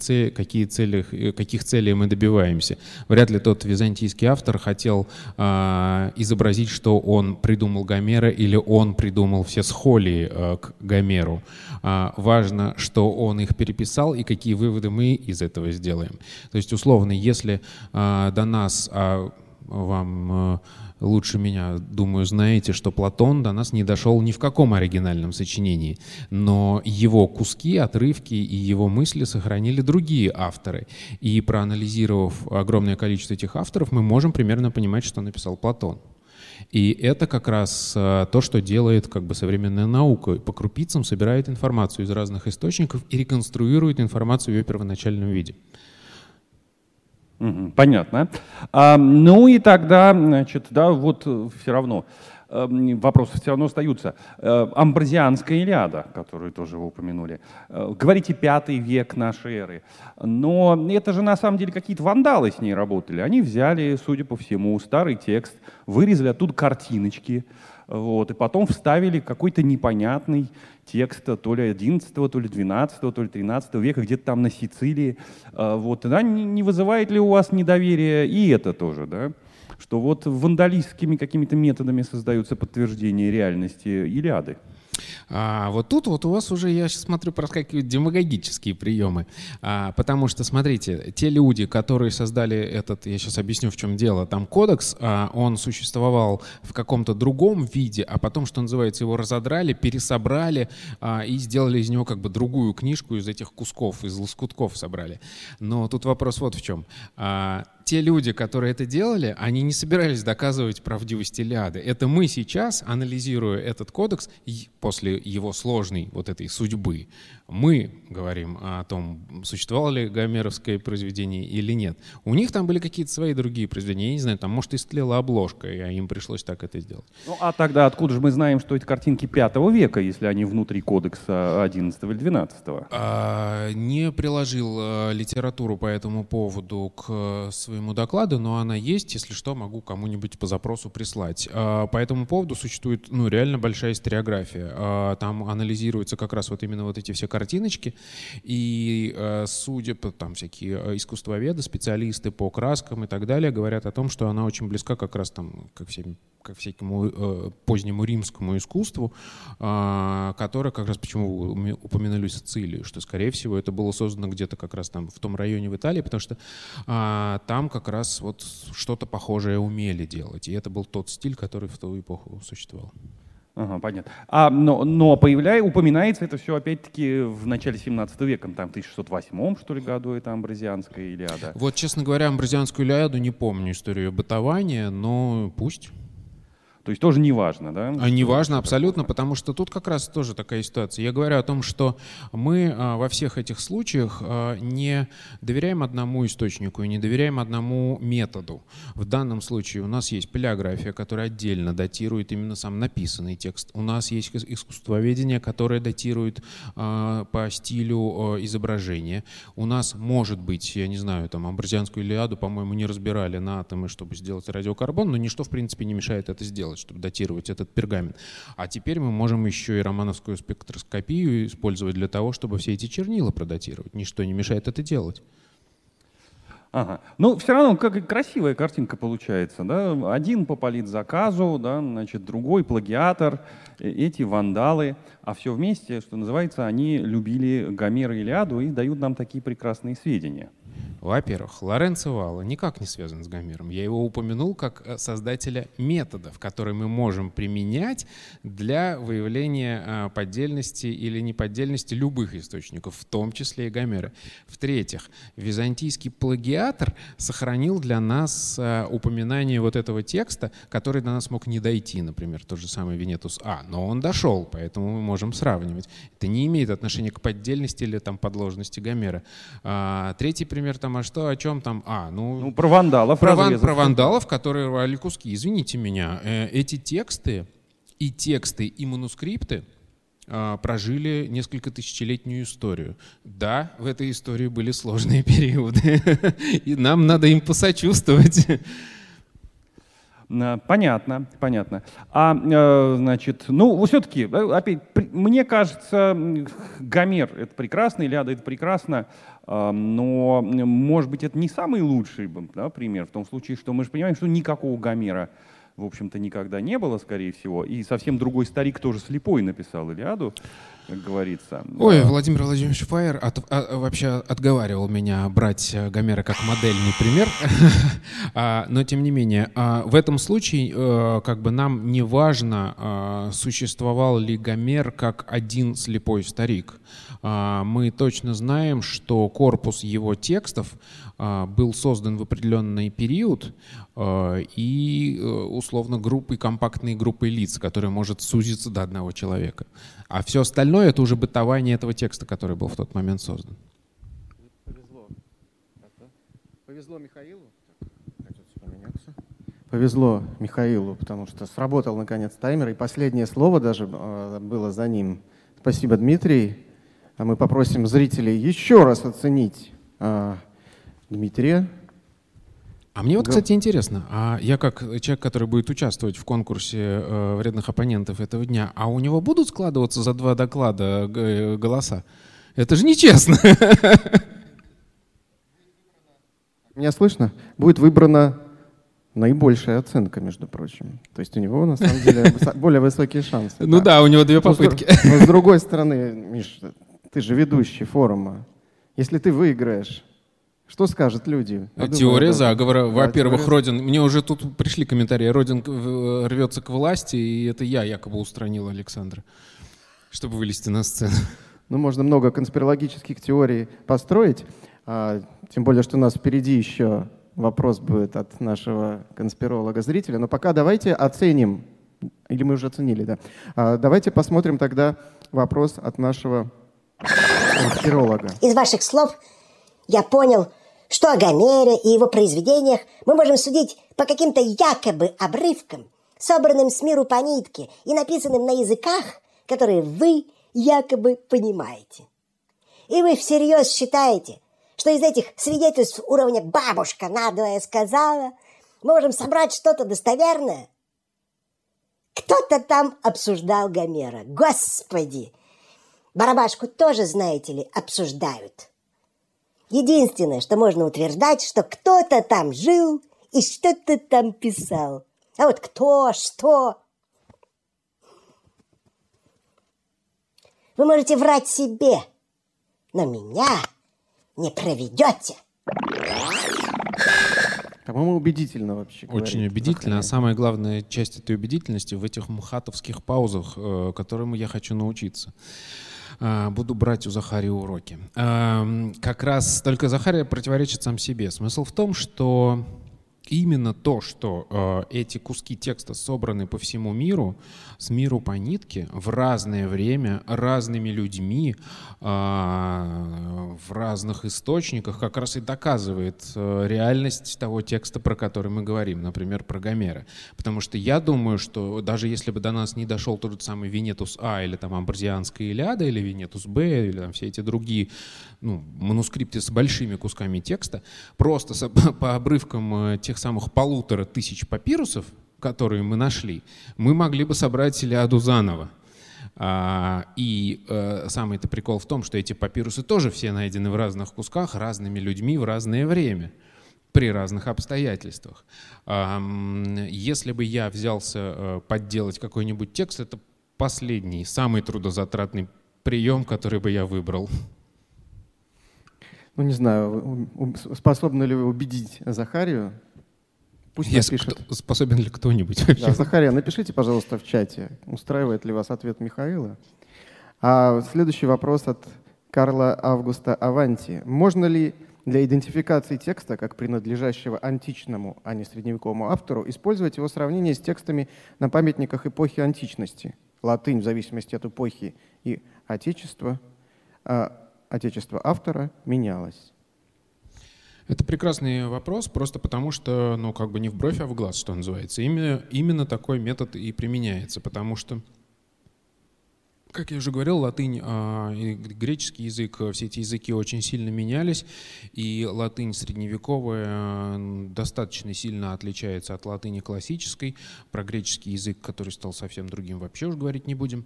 Speaker 2: целей мы добиваемся. Вряд ли тот византийский автор хотел изобразить, что он придумал Гомера или он придумал все схолии к Гомеру. Важно, что он их переписал и какие выводы мы из этого сделаем. То есть, условно, если до нас, вам лучше меня, думаю, знаете, что Платон до нас не дошел ни в каком оригинальном сочинении, но его куски, отрывки и его мысли сохранили другие авторы. И проанализировав огромное количество этих авторов, мы можем примерно понимать, что написал Платон. И это как раз то, что делает современная наука. По крупицам собирает информацию из разных источников и реконструирует информацию в ее первоначальном виде.
Speaker 5: Понятно. И тогда, все равно вопросы все равно остаются. Амброзианская Илиада, которую тоже вы упомянули. Говорите, 5 век нашей эры. Но это же на самом деле какие-то вандалы с ней работали. Они взяли, судя по всему, старый текст, вырезали оттуда картиночки, и потом вставили какой-то непонятный текст то ли 11, то ли 12, то ли 13 века, где-то там на Сицилии. Не вызывает ли у вас недоверия и это тоже, да? Что вандалистскими какими-то методами создаются подтверждения реальности Илиады?
Speaker 2: Вот тут у вас уже, я сейчас смотрю, проскакивают демагогические приемы. Потому что, смотрите, те люди, которые создали этот, я сейчас объясню, в чем дело, там кодекс, он существовал в каком-то другом виде, а потом, что называется, его разодрали, пересобрали и сделали из него другую книжку из этих кусков, из лоскутков собрали. Но тут вопрос вот в чем. Те люди, которые это делали, они не собирались доказывать правдивость Илиады. Это мы сейчас, анализируя этот кодекс, после его сложной этой судьбы, мы говорим о том, существовало ли гомеровское произведение или нет. У них там были какие-то свои другие произведения. Я не знаю, там, может, истлела обложка, и им пришлось так это сделать.
Speaker 5: Тогда откуда же мы знаем, что это картинки 5 века, если они внутри кодекса 11 или 12?
Speaker 2: Не приложил литературу по этому поводу к своему докладу, но она есть. Если что, могу кому-нибудь по запросу прислать. По этому поводу существует реально большая историография. Там анализируются как раз именно эти все картиночки, и судя по всякие искусствоведы, специалисты по краскам и так далее говорят о том, что она очень близка как раз ко всякому позднему римскому искусству, которое как раз, почему вы упомянули Сицилию, что, скорее всего, это было создано где-то как раз в том районе в Италии, потому что там как раз что-то похожее умели делать, и это был тот стиль, который в ту эпоху существовал.
Speaker 5: Ага, понятно. Но упоминается это все опять-таки в начале 17 века, там, в 1608, что ли, году, это Амброзианская Илиада.
Speaker 2: Вот, честно говоря, Амброзианскую Илиаду не помню историю бытования, но пусть.
Speaker 5: То есть тоже не важно, да?
Speaker 2: Не важно абсолютно, потому что тут как раз тоже такая ситуация. Я говорю о том, что мы во всех этих случаях не доверяем одному источнику и не доверяем одному методу. В данном случае у нас есть палеография, которая отдельно датирует именно сам написанный текст. У нас есть искусствоведение, которое датирует по стилю изображения. У нас может быть, я не знаю, там Амброзианскую Илиаду, по-моему, не разбирали на атомы, чтобы сделать радиокарбон, но ничто, в принципе, не мешает это сделать, чтобы датировать этот пергамент. А теперь мы можем еще и романовскую спектроскопию использовать для того, чтобы все эти чернила продатировать. Ничто не мешает это делать.
Speaker 5: Ага. Ну, все равно как красивая картинка получается, да? Один по политзаказу, да, значит, другой плагиатор, эти вандалы, а все вместе, что называется, они любили Гомера и Илиаду и дают нам такие прекрасные сведения.
Speaker 2: Во-первых, Лоренцо Валла никак не связан с Гомером. Я его упомянул как создателя методов, которые мы можем применять для выявления поддельности или неподдельности любых источников, в том числе и Гомера. В-третьих, византийский плагиатор сохранил для нас упоминание вот этого текста, который до нас мог не дойти, например, тот же самый Венетус А. Но он дошел, поэтому мы можем сравнивать. Это не имеет отношения к поддельности или там, подложности Гомера. Третий пример там, о чем там?
Speaker 5: Про вандалов.
Speaker 2: Про вандалов, которые рвали куски. Извините меня, эти тексты, и манускрипты прожили несколько тысячелетнюю историю. Да, в этой истории были сложные периоды, и нам надо им посочувствовать.
Speaker 5: Понятно. Значит, все-таки, опять, мне кажется, Гомер — это прекрасно, Илиада — это прекрасно, но, может быть, это не самый лучший, да, пример, в том случае, что мы же понимаем, что никакого Гомера, в общем-то, никогда не было, скорее всего, и совсем другой старик, тоже слепой, написал Илиаду, как говорится.
Speaker 2: Ой, Владимир Владимирович Фаер вообще отговаривал меня брать Гомера как модельный пример, но тем не менее, в этом случае как бы нам не важно, существовал ли Гомер как один слепой старик. Мы точно знаем, что корпус его текстов был создан в определенный период и условно компактной группой лиц, которая может сузиться до одного человека. А все остальное — это уже бытование этого текста, который был в тот момент создан.
Speaker 3: Повезло Михаилу? Повезло Михаилу, потому что сработал, наконец, таймер, и последнее слово даже было за ним. Спасибо, Дмитрий. А мы попросим зрителей еще раз оценить Дмитрия.
Speaker 2: А мне вот, кстати, интересно, я как человек, который будет участвовать в конкурсе вредных оппонентов этого дня, а у него будут складываться за 2 доклада голоса? Это же нечестно.
Speaker 3: Меня слышно? Будет выбрана наибольшая оценка, между прочим. То есть у него, на самом деле, более высокие шансы.
Speaker 2: Ну да, у него 2 попытки.
Speaker 3: Но с другой стороны, Миш, ты же ведущий форума. Если ты выиграешь, что скажут люди?
Speaker 2: Теория заговора. Во-первых, Родин... Мне уже тут пришли комментарии. Родин рвется к власти, и это я якобы устранил Александра, чтобы вылезти на сцену.
Speaker 3: Ну, можно много конспирологических теорий построить. Тем более, что у нас впереди еще вопрос будет от нашего конспиролога-зрителя. Но пока давайте оценим. Или мы уже оценили, да? Давайте посмотрим тогда вопрос от нашего конспиролога.
Speaker 6: Из ваших слов я понял, что о Гомере и его произведениях мы можем судить по каким-то якобы обрывкам, собранным с миру по нитке и написанным на языках, которые вы якобы понимаете. И вы всерьез считаете, что из этих свидетельств уровня «бабушка надвое сказала» мы можем собрать что-то достоверное? Кто-то там обсуждал Гомера. Господи! Барабашку тоже, знаете ли, обсуждают. Единственное, что можно утверждать, что кто-то там жил и что-то там писал. А вот кто, что... Вы можете врать себе, но меня не проведете.
Speaker 3: По-моему, убедительно вообще.
Speaker 2: Очень
Speaker 3: говорит
Speaker 2: убедительно. А
Speaker 3: Захария.
Speaker 2: самая главная часть этой убедительности в этих мхатовских паузах, которым я хочу научиться. Буду брать у Захарии уроки. Как раз только Захария противоречит сам себе. Смысл в том, что именно то, что эти куски текста собраны по всему миру, с миру по нитке, в разное время, разными людьми, в разных источниках, как раз и доказывает реальность того текста, про который мы говорим, например, про Гомера. Потому что я думаю, что даже если бы до нас не дошел тот же самый Венетус А, или там Амброзианская Илиада, или Венетус Б, или там все эти другие манускрипты с большими кусками текста, просто по обрывкам тех самых 1500 папирусов, которые мы нашли, мы могли бы собрать Илиаду заново. Самый-то прикол в том, что эти папирусы тоже все найдены в разных кусках, разными людьми в разное время, при разных обстоятельствах. Если бы я взялся подделать какой-нибудь текст, это последний, самый трудозатратный прием, который бы я выбрал.
Speaker 3: Ну, не знаю, способны ли вы убедить Захарию? Пусть напишет.
Speaker 2: Способен ли кто-нибудь вообще?
Speaker 3: Да, Захария, напишите, пожалуйста, в чате, устраивает ли вас ответ Михаила. А следующий вопрос от Карла Августа Аванти. Можно ли для идентификации текста, как принадлежащего античному, а не средневековому автору, использовать его сравнение с текстами на памятниках эпохи античности? Латынь, в зависимости от эпохи и отечества автора, менялась.
Speaker 2: Это прекрасный вопрос, просто потому что, не в бровь, а в глаз, что называется. Именно такой метод и применяется, потому что, как я уже говорил, латынь и греческий язык, все эти языки очень сильно менялись, и латынь средневековая достаточно сильно отличается от латыни классической. Про греческий язык, который стал совсем другим, вообще уж говорить не будем.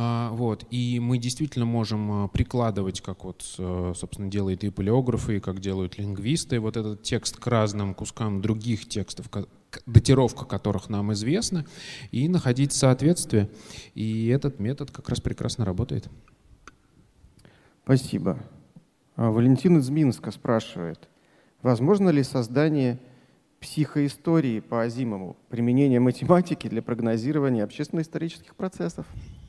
Speaker 2: И мы действительно можем прикладывать, как собственно, делают и палеографы, и как делают лингвисты, вот этот текст к разным кускам других текстов, датировка которых нам известна, и находить соответствие. И этот метод как раз прекрасно работает.
Speaker 3: Спасибо. Валентин из Минска спрашивает, возможно ли создание психоистории по Азимову, применение математики для прогнозирования общественно-исторических процессов?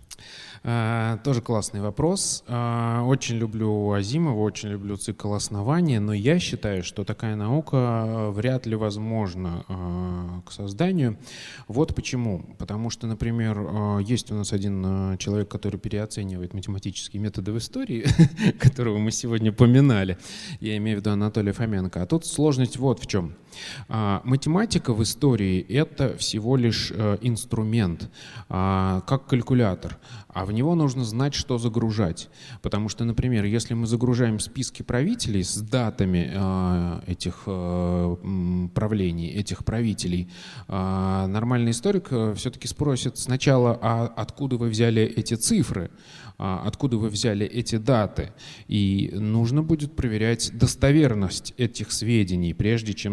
Speaker 2: Тоже классный вопрос. Очень люблю Азимова, очень люблю цикл «Основания», но я считаю, что такая наука вряд ли возможна к созданию. Вот почему. Потому что, например, есть у нас один человек, который переоценивает математические методы в истории, которого мы сегодня поминали. Я имею в виду Анатолия Фоменко. А тут сложность вот в чем. Математика в истории — это всего лишь инструмент, как калькулятор. А в него нужно знать, что загружать. Потому что, например, если мы загружаем списки правителей с датами этих правлений, этих правителей, нормальный историк все-таки спросит сначала, откуда вы взяли эти цифры, откуда вы взяли эти даты. И нужно будет проверять достоверность этих сведений, прежде чем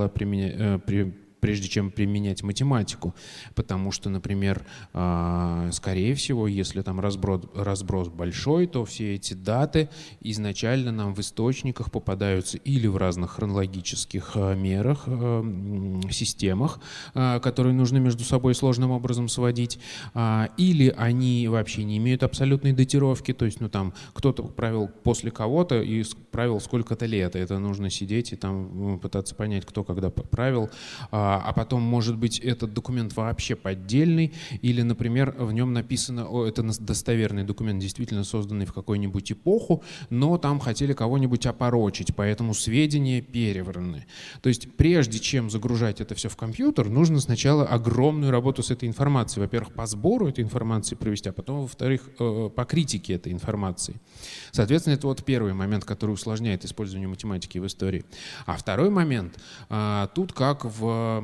Speaker 2: применять математику. Потому что, например, скорее всего, если там разброс большой, то все эти даты изначально нам в источниках попадаются или в разных хронологических мерах, системах, которые нужно между собой сложным образом сводить, или они вообще не имеют абсолютной датировки, то есть кто-то правил после кого-то и правил сколько-то лет. Это нужно сидеть и там пытаться понять, кто когда правил. А потом, может быть, этот документ вообще поддельный, или, например, в нем написано, это достоверный документ, действительно созданный в какую-нибудь эпоху, но там хотели кого-нибудь опорочить, поэтому сведения перевраны. То есть прежде чем загружать это все в компьютер, нужно сначала огромную работу с этой информацией. Во-первых, по сбору этой информации провести, а потом, во-вторых, по критике этой информации. Соответственно, это вот первый момент, который усложняет использование математики в истории. А второй момент, тут как в...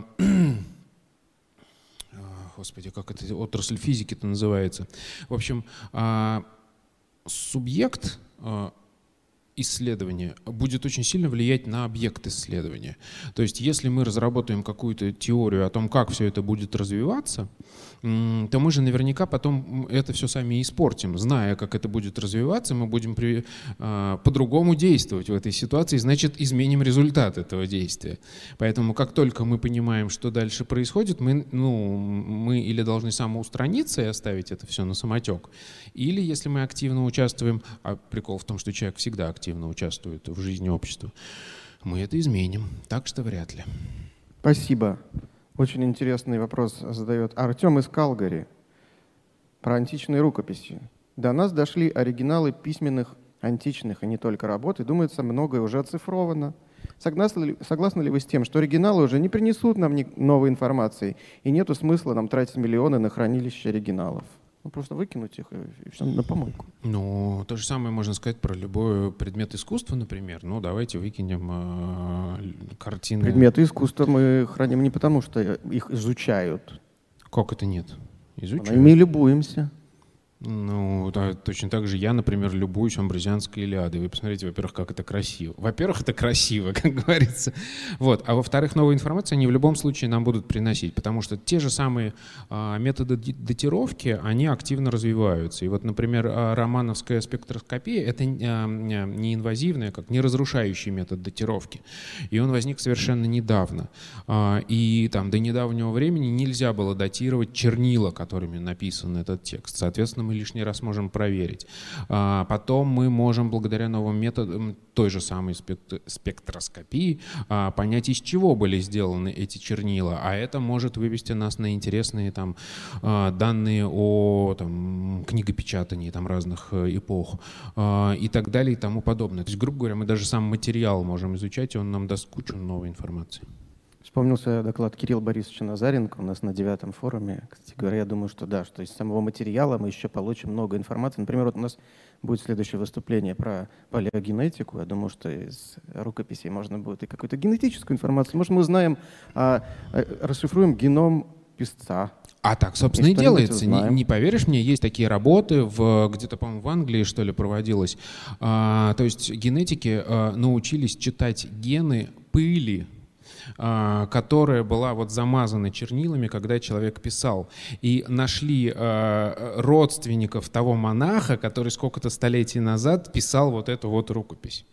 Speaker 2: Господи, как эта отрасль физики-то называется? В общем, субъект исследования будет очень сильно влиять на объект исследования. То есть если мы разработаем какую-то теорию о том, как все это будет развиваться, то мы же наверняка потом это все сами испортим. Зная, как это будет развиваться, мы будем по-другому действовать в этой ситуации, значит, изменим результат этого действия. Поэтому как только мы понимаем, что дальше происходит, мы или должны самоустраниться и оставить это все на самотек, или если мы активно участвуем, а прикол в том, что человек всегда активно участвует в жизни общества, мы это изменим. Так что вряд ли.
Speaker 3: Спасибо. Очень интересный вопрос задает Артем из Калгари про античные рукописи. До нас дошли оригиналы письменных античных и не только работ, и, думается, многое уже оцифровано. Согласны ли вы с тем, что оригиналы уже не принесут нам новой информации, и нету смысла нам тратить миллионы на хранилище оригиналов? Просто выкинуть их и все на помойку.
Speaker 2: Ну, то же самое можно сказать про любой предмет искусства, например. Ну, давайте выкинем картины.
Speaker 3: Предметы искусства мы храним не потому, что их изучают.
Speaker 2: Как это нет? Изучают.
Speaker 3: Ими любуемся.
Speaker 2: Ну, да, точно так же я, например, любуюсь Амброзианской Илиадой. Вы посмотрите, во-первых, как это красиво. Во-первых, это красиво, как говорится. Вот. А во-вторых, новую информацию они в любом случае нам будут приносить, потому что те же самые методы датировки, они активно развиваются. И вот, например, романовская спектроскопия — это не инвазивный, как не разрушающий метод датировки. И он возник совершенно недавно. И там до недавнего времени нельзя было датировать чернила, которыми написан этот текст. Соответственно, мы лишний раз можем проверить. Потом мы можем, благодаря новым методам той же самой спектроскопии, понять, из чего были сделаны эти чернила. А это может вывести нас на интересные там, данные о там, книгопечатании там, разных эпох и так далее и тому подобное. То есть, грубо говоря, мы даже сам материал можем изучать, и он нам даст кучу новой информации.
Speaker 3: Вспомнился доклад Кирилла Борисовича Назаренко у нас на 9-м форуме. Кстати говоря, я думаю, что да, что из самого материала мы еще получим много информации. Например, вот у нас будет следующее выступление про палеогенетику. Я думаю, что из рукописей можно будет и какую-то генетическую информацию. Может, мы узнаем, расшифруем геном песца.
Speaker 2: А так, собственно, и делается. Не поверишь мне, есть такие работы, где-то, по-моему, в Англии, что ли, проводилось. То есть генетики научились читать гены пыли, которая была вот замазана чернилами, когда человек писал. И нашли родственников того монаха, который сколько-то столетий назад писал вот эту вот рукопись.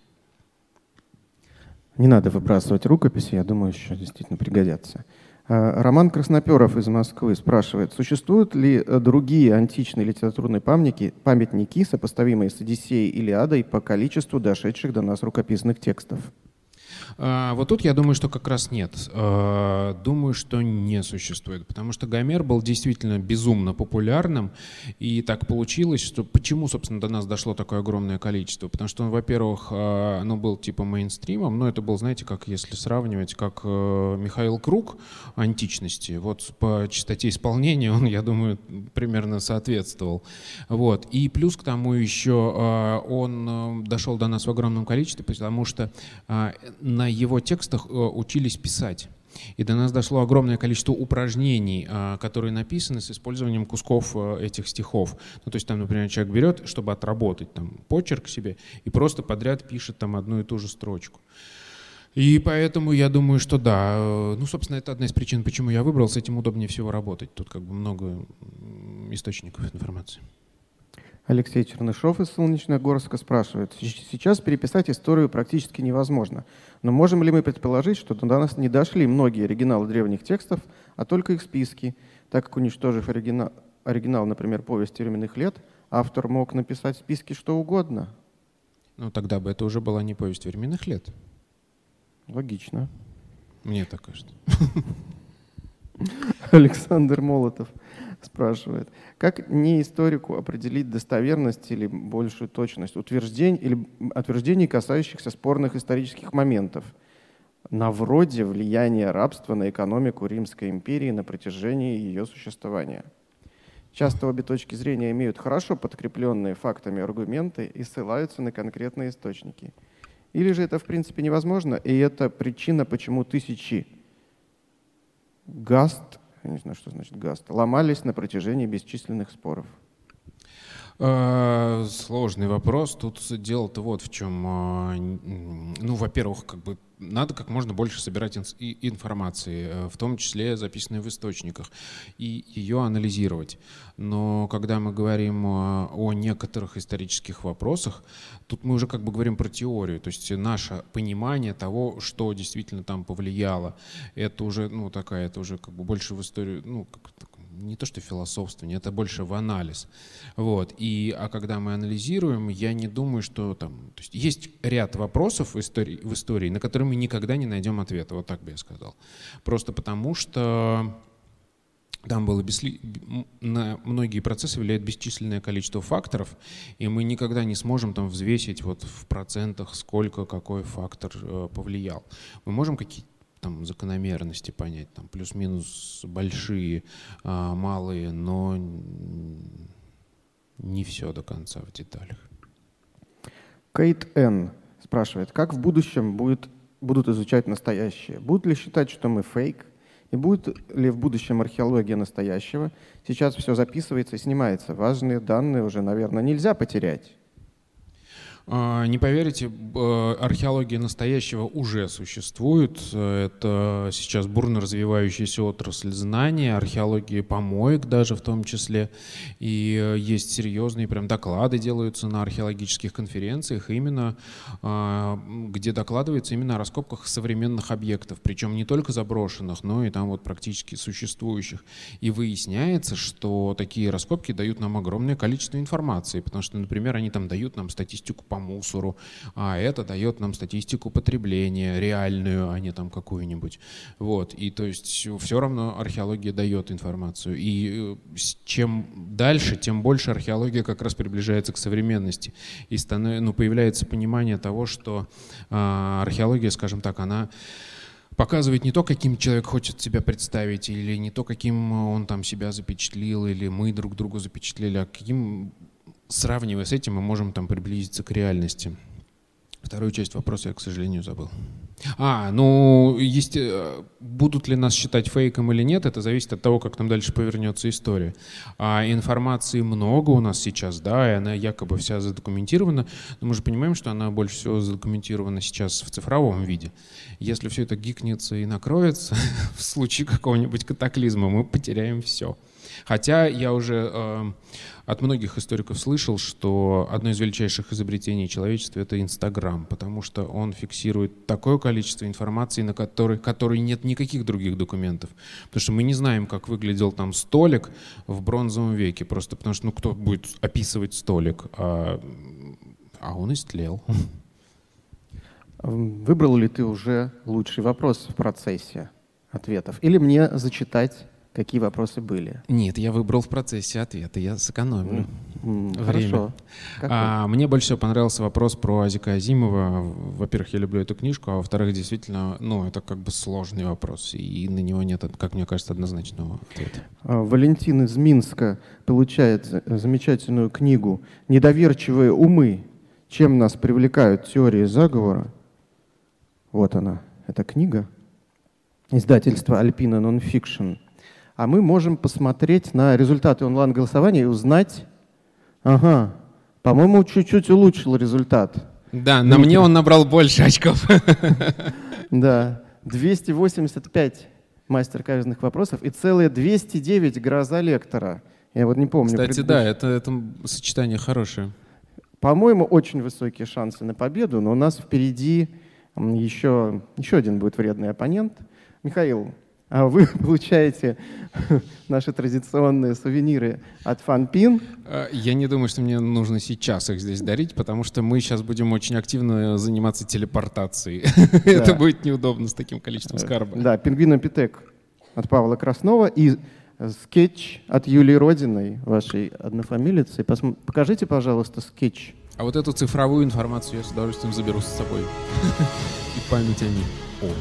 Speaker 3: Не надо выбрасывать рукописи, я думаю, еще действительно пригодятся. Роман Красноперов из Москвы спрашивает, существуют ли другие античные литературные памятники, сопоставимые с Одиссеей или Илиадой по количеству дошедших до нас рукописных текстов?
Speaker 2: Вот тут я думаю, что как раз нет. Думаю, что не существует, потому что Гомер был действительно безумно популярным, и так получилось, что почему, собственно, до нас дошло такое огромное количество? Потому что он, во-первых, был типа мейнстримом, но это был, знаете, как если сравнивать, как Михаил Круг античности. Вот по частоте исполнения он, я думаю, примерно соответствовал. Вот. И плюс к тому еще он дошел до нас в огромном количестве, потому что на его текстах учились писать. И до нас дошло огромное количество упражнений, которые написаны с использованием кусков этих стихов. Ну, то есть там, например, человек берет, чтобы отработать там, почерк себе, и просто подряд пишет там одну и ту же строчку. И поэтому я думаю, что да. Ну, собственно, это одна из причин, почему я выбрал. С этим удобнее всего работать. Тут как бы много источников информации.
Speaker 3: Алексей Чернышов из Солнечногорска спрашивает. Сейчас переписать историю практически невозможно. Но можем ли мы предположить, что до нас не дошли многие оригиналы древних текстов, а только их списки, так как, уничтожив оригинал, например, повести временных лет, автор мог написать в списке что угодно?
Speaker 2: Ну, тогда бы это уже была не повесть временных лет.
Speaker 3: Логично.
Speaker 2: Мне так кажется.
Speaker 3: Александр Молотов спрашивает, как не историку определить достоверность или большую точность утверждений, касающихся спорных исторических моментов, на вроде влияния рабства на экономику Римской империи на протяжении ее существования? Часто обе точки зрения имеют хорошо подкрепленные фактами аргументы и ссылаются на конкретные источники. Или же это в принципе невозможно, и это причина, почему тысячи гаст, я не знаю, что значит гаст, ломались на протяжении бесчисленных споров.
Speaker 2: Сложный вопрос. Тут дело-то вот в чем. Ну, во-первых, как бы надо как можно больше собирать информации, в том числе записанной в источниках, и ее анализировать. Но когда мы говорим о некоторых исторических вопросах, тут мы уже как бы говорим про теорию. То есть наше понимание того, что действительно там повлияло, это уже, ну, такая, это уже как бы больше в историю, ну, как не то что философствование, это больше в анализ. Вот. А когда мы анализируем, я не думаю, что там... То есть ряд вопросов в истории, на которые мы никогда не найдем ответа. Вот так бы я сказал. Просто потому, что там было на многие процессы влияет бесчисленное количество факторов, и мы никогда не сможем там взвесить вот в процентах, сколько какой фактор повлиял. Мы можем какие-то там закономерности понять, там плюс-минус большие, малые, но не все до конца в деталях.
Speaker 3: Кейт Н. спрашивает, как в будущем будут изучать настоящее? Будут ли считать, что мы фейк? И будет ли в будущем археология настоящего? Сейчас все записывается и снимается. Важные данные уже, наверное, нельзя потерять.
Speaker 2: Не поверите, археология настоящего уже существует. Это сейчас бурно развивающаяся отрасль знания, археология помоек даже в том числе. И есть серьезные прям доклады делаются на археологических конференциях, именно где докладывается именно о раскопках современных объектов, причем не только заброшенных, но и там вот практически существующих. И выясняется, что такие раскопки дают нам огромное количество информации, потому что, например, они там дают нам статистику по мусору, а это дает нам статистику потребления реальную, а не там какую-нибудь. Вот. И то есть все равно археология дает информацию. И чем дальше, тем больше археология как раз приближается к современности. И появляется понимание того, что археология, скажем так, она показывает не то, каким человек хочет себя представить, или не то, каким он там себя запечатлил, или мы друг друга запечатлели, а каким, сравнивая с этим, мы можем там приблизиться к реальности. Вторую часть вопроса я, к сожалению, забыл. Будут ли нас считать фейком или нет, это зависит от того, как там дальше повернется история. Информации много у нас сейчас, да, и она якобы вся задокументирована, но мы же понимаем, что она больше всего задокументирована сейчас в цифровом виде. Если все это гикнется и накроется, в случае какого-нибудь катаклизма мы потеряем все. Хотя я уже от многих историков слышал, что одно из величайших изобретений человечества — это Инстаграм, потому что он фиксирует такое количество информации, на которой нет никаких других документов. Потому что мы не знаем, как выглядел там столик в бронзовом веке, просто потому что кто будет описывать столик, а он истлел.
Speaker 3: Выбрал ли ты уже лучший вопрос в процессе ответов? Или мне зачитать, какие вопросы были?
Speaker 2: Нет, я выбрал в процессе ответа, я сэкономлю время.
Speaker 3: Хорошо.
Speaker 2: Мне больше всего понравился вопрос про Азика Азимова. Во-первых, я люблю эту книжку, а во-вторых, действительно, это как бы сложный вопрос, и на него нет, как мне кажется, однозначного ответа.
Speaker 3: Валентин из Минска получает замечательную книгу «Недоверчивые умы. Чем нас привлекают теории заговора». Вот она, эта книга. Издательство Alpina Nonfiction. А мы можем посмотреть на результаты онлайн-голосования и узнать, по-моему, чуть-чуть улучшил результат.
Speaker 2: Да, на мне он набрал больше очков.
Speaker 3: Да, 285 мастер каверзных вопросов и целые 209 гроза лектора. Я вот не помню.
Speaker 2: Кстати, да, это сочетание хорошее.
Speaker 3: По-моему, очень высокие шансы на победу, но у нас впереди еще один будет вредный оппонент. Михаил, а вы получаете наши традиционные сувениры от Фанпин.
Speaker 2: Я не думаю, что мне нужно сейчас их здесь дарить, потому что мы сейчас будем очень активно заниматься телепортацией. Это будет неудобно с таким количеством скарба.
Speaker 3: Да, пингвинопитек от Павла Краснова и скетч от Юлии Родиной, вашей однофамилицы. Покажите, пожалуйста, скетч.
Speaker 2: А вот эту цифровую информацию я с удовольствием заберу с собой. И память о ней.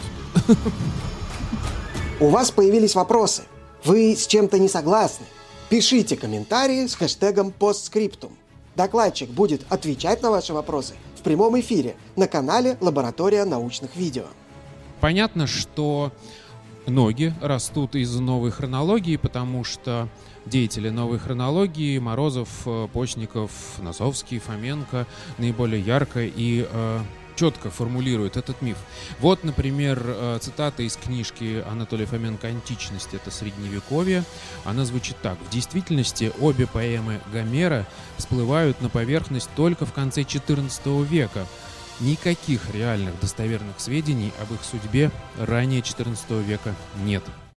Speaker 7: У вас появились вопросы. Вы с чем-то не согласны? Пишите комментарии с хэштегом постскриптум. Докладчик будет отвечать на ваши вопросы в прямом эфире на канале «Лаборатория научных видео».
Speaker 2: Понятно, что ноги растут из новой хронологии, потому что деятели новой хронологии Морозов, Постников, Носовский, Фоменко наиболее ярко и четко формулируют этот миф. Вот, например, цитата из книжки Анатолия Фоменко «Античность. Это средневековье». Она звучит так. В действительности обе поэмы Гомера всплывают на поверхность только в конце XIV века. Никаких реальных достоверных сведений об их судьбе ранее XIV века нет.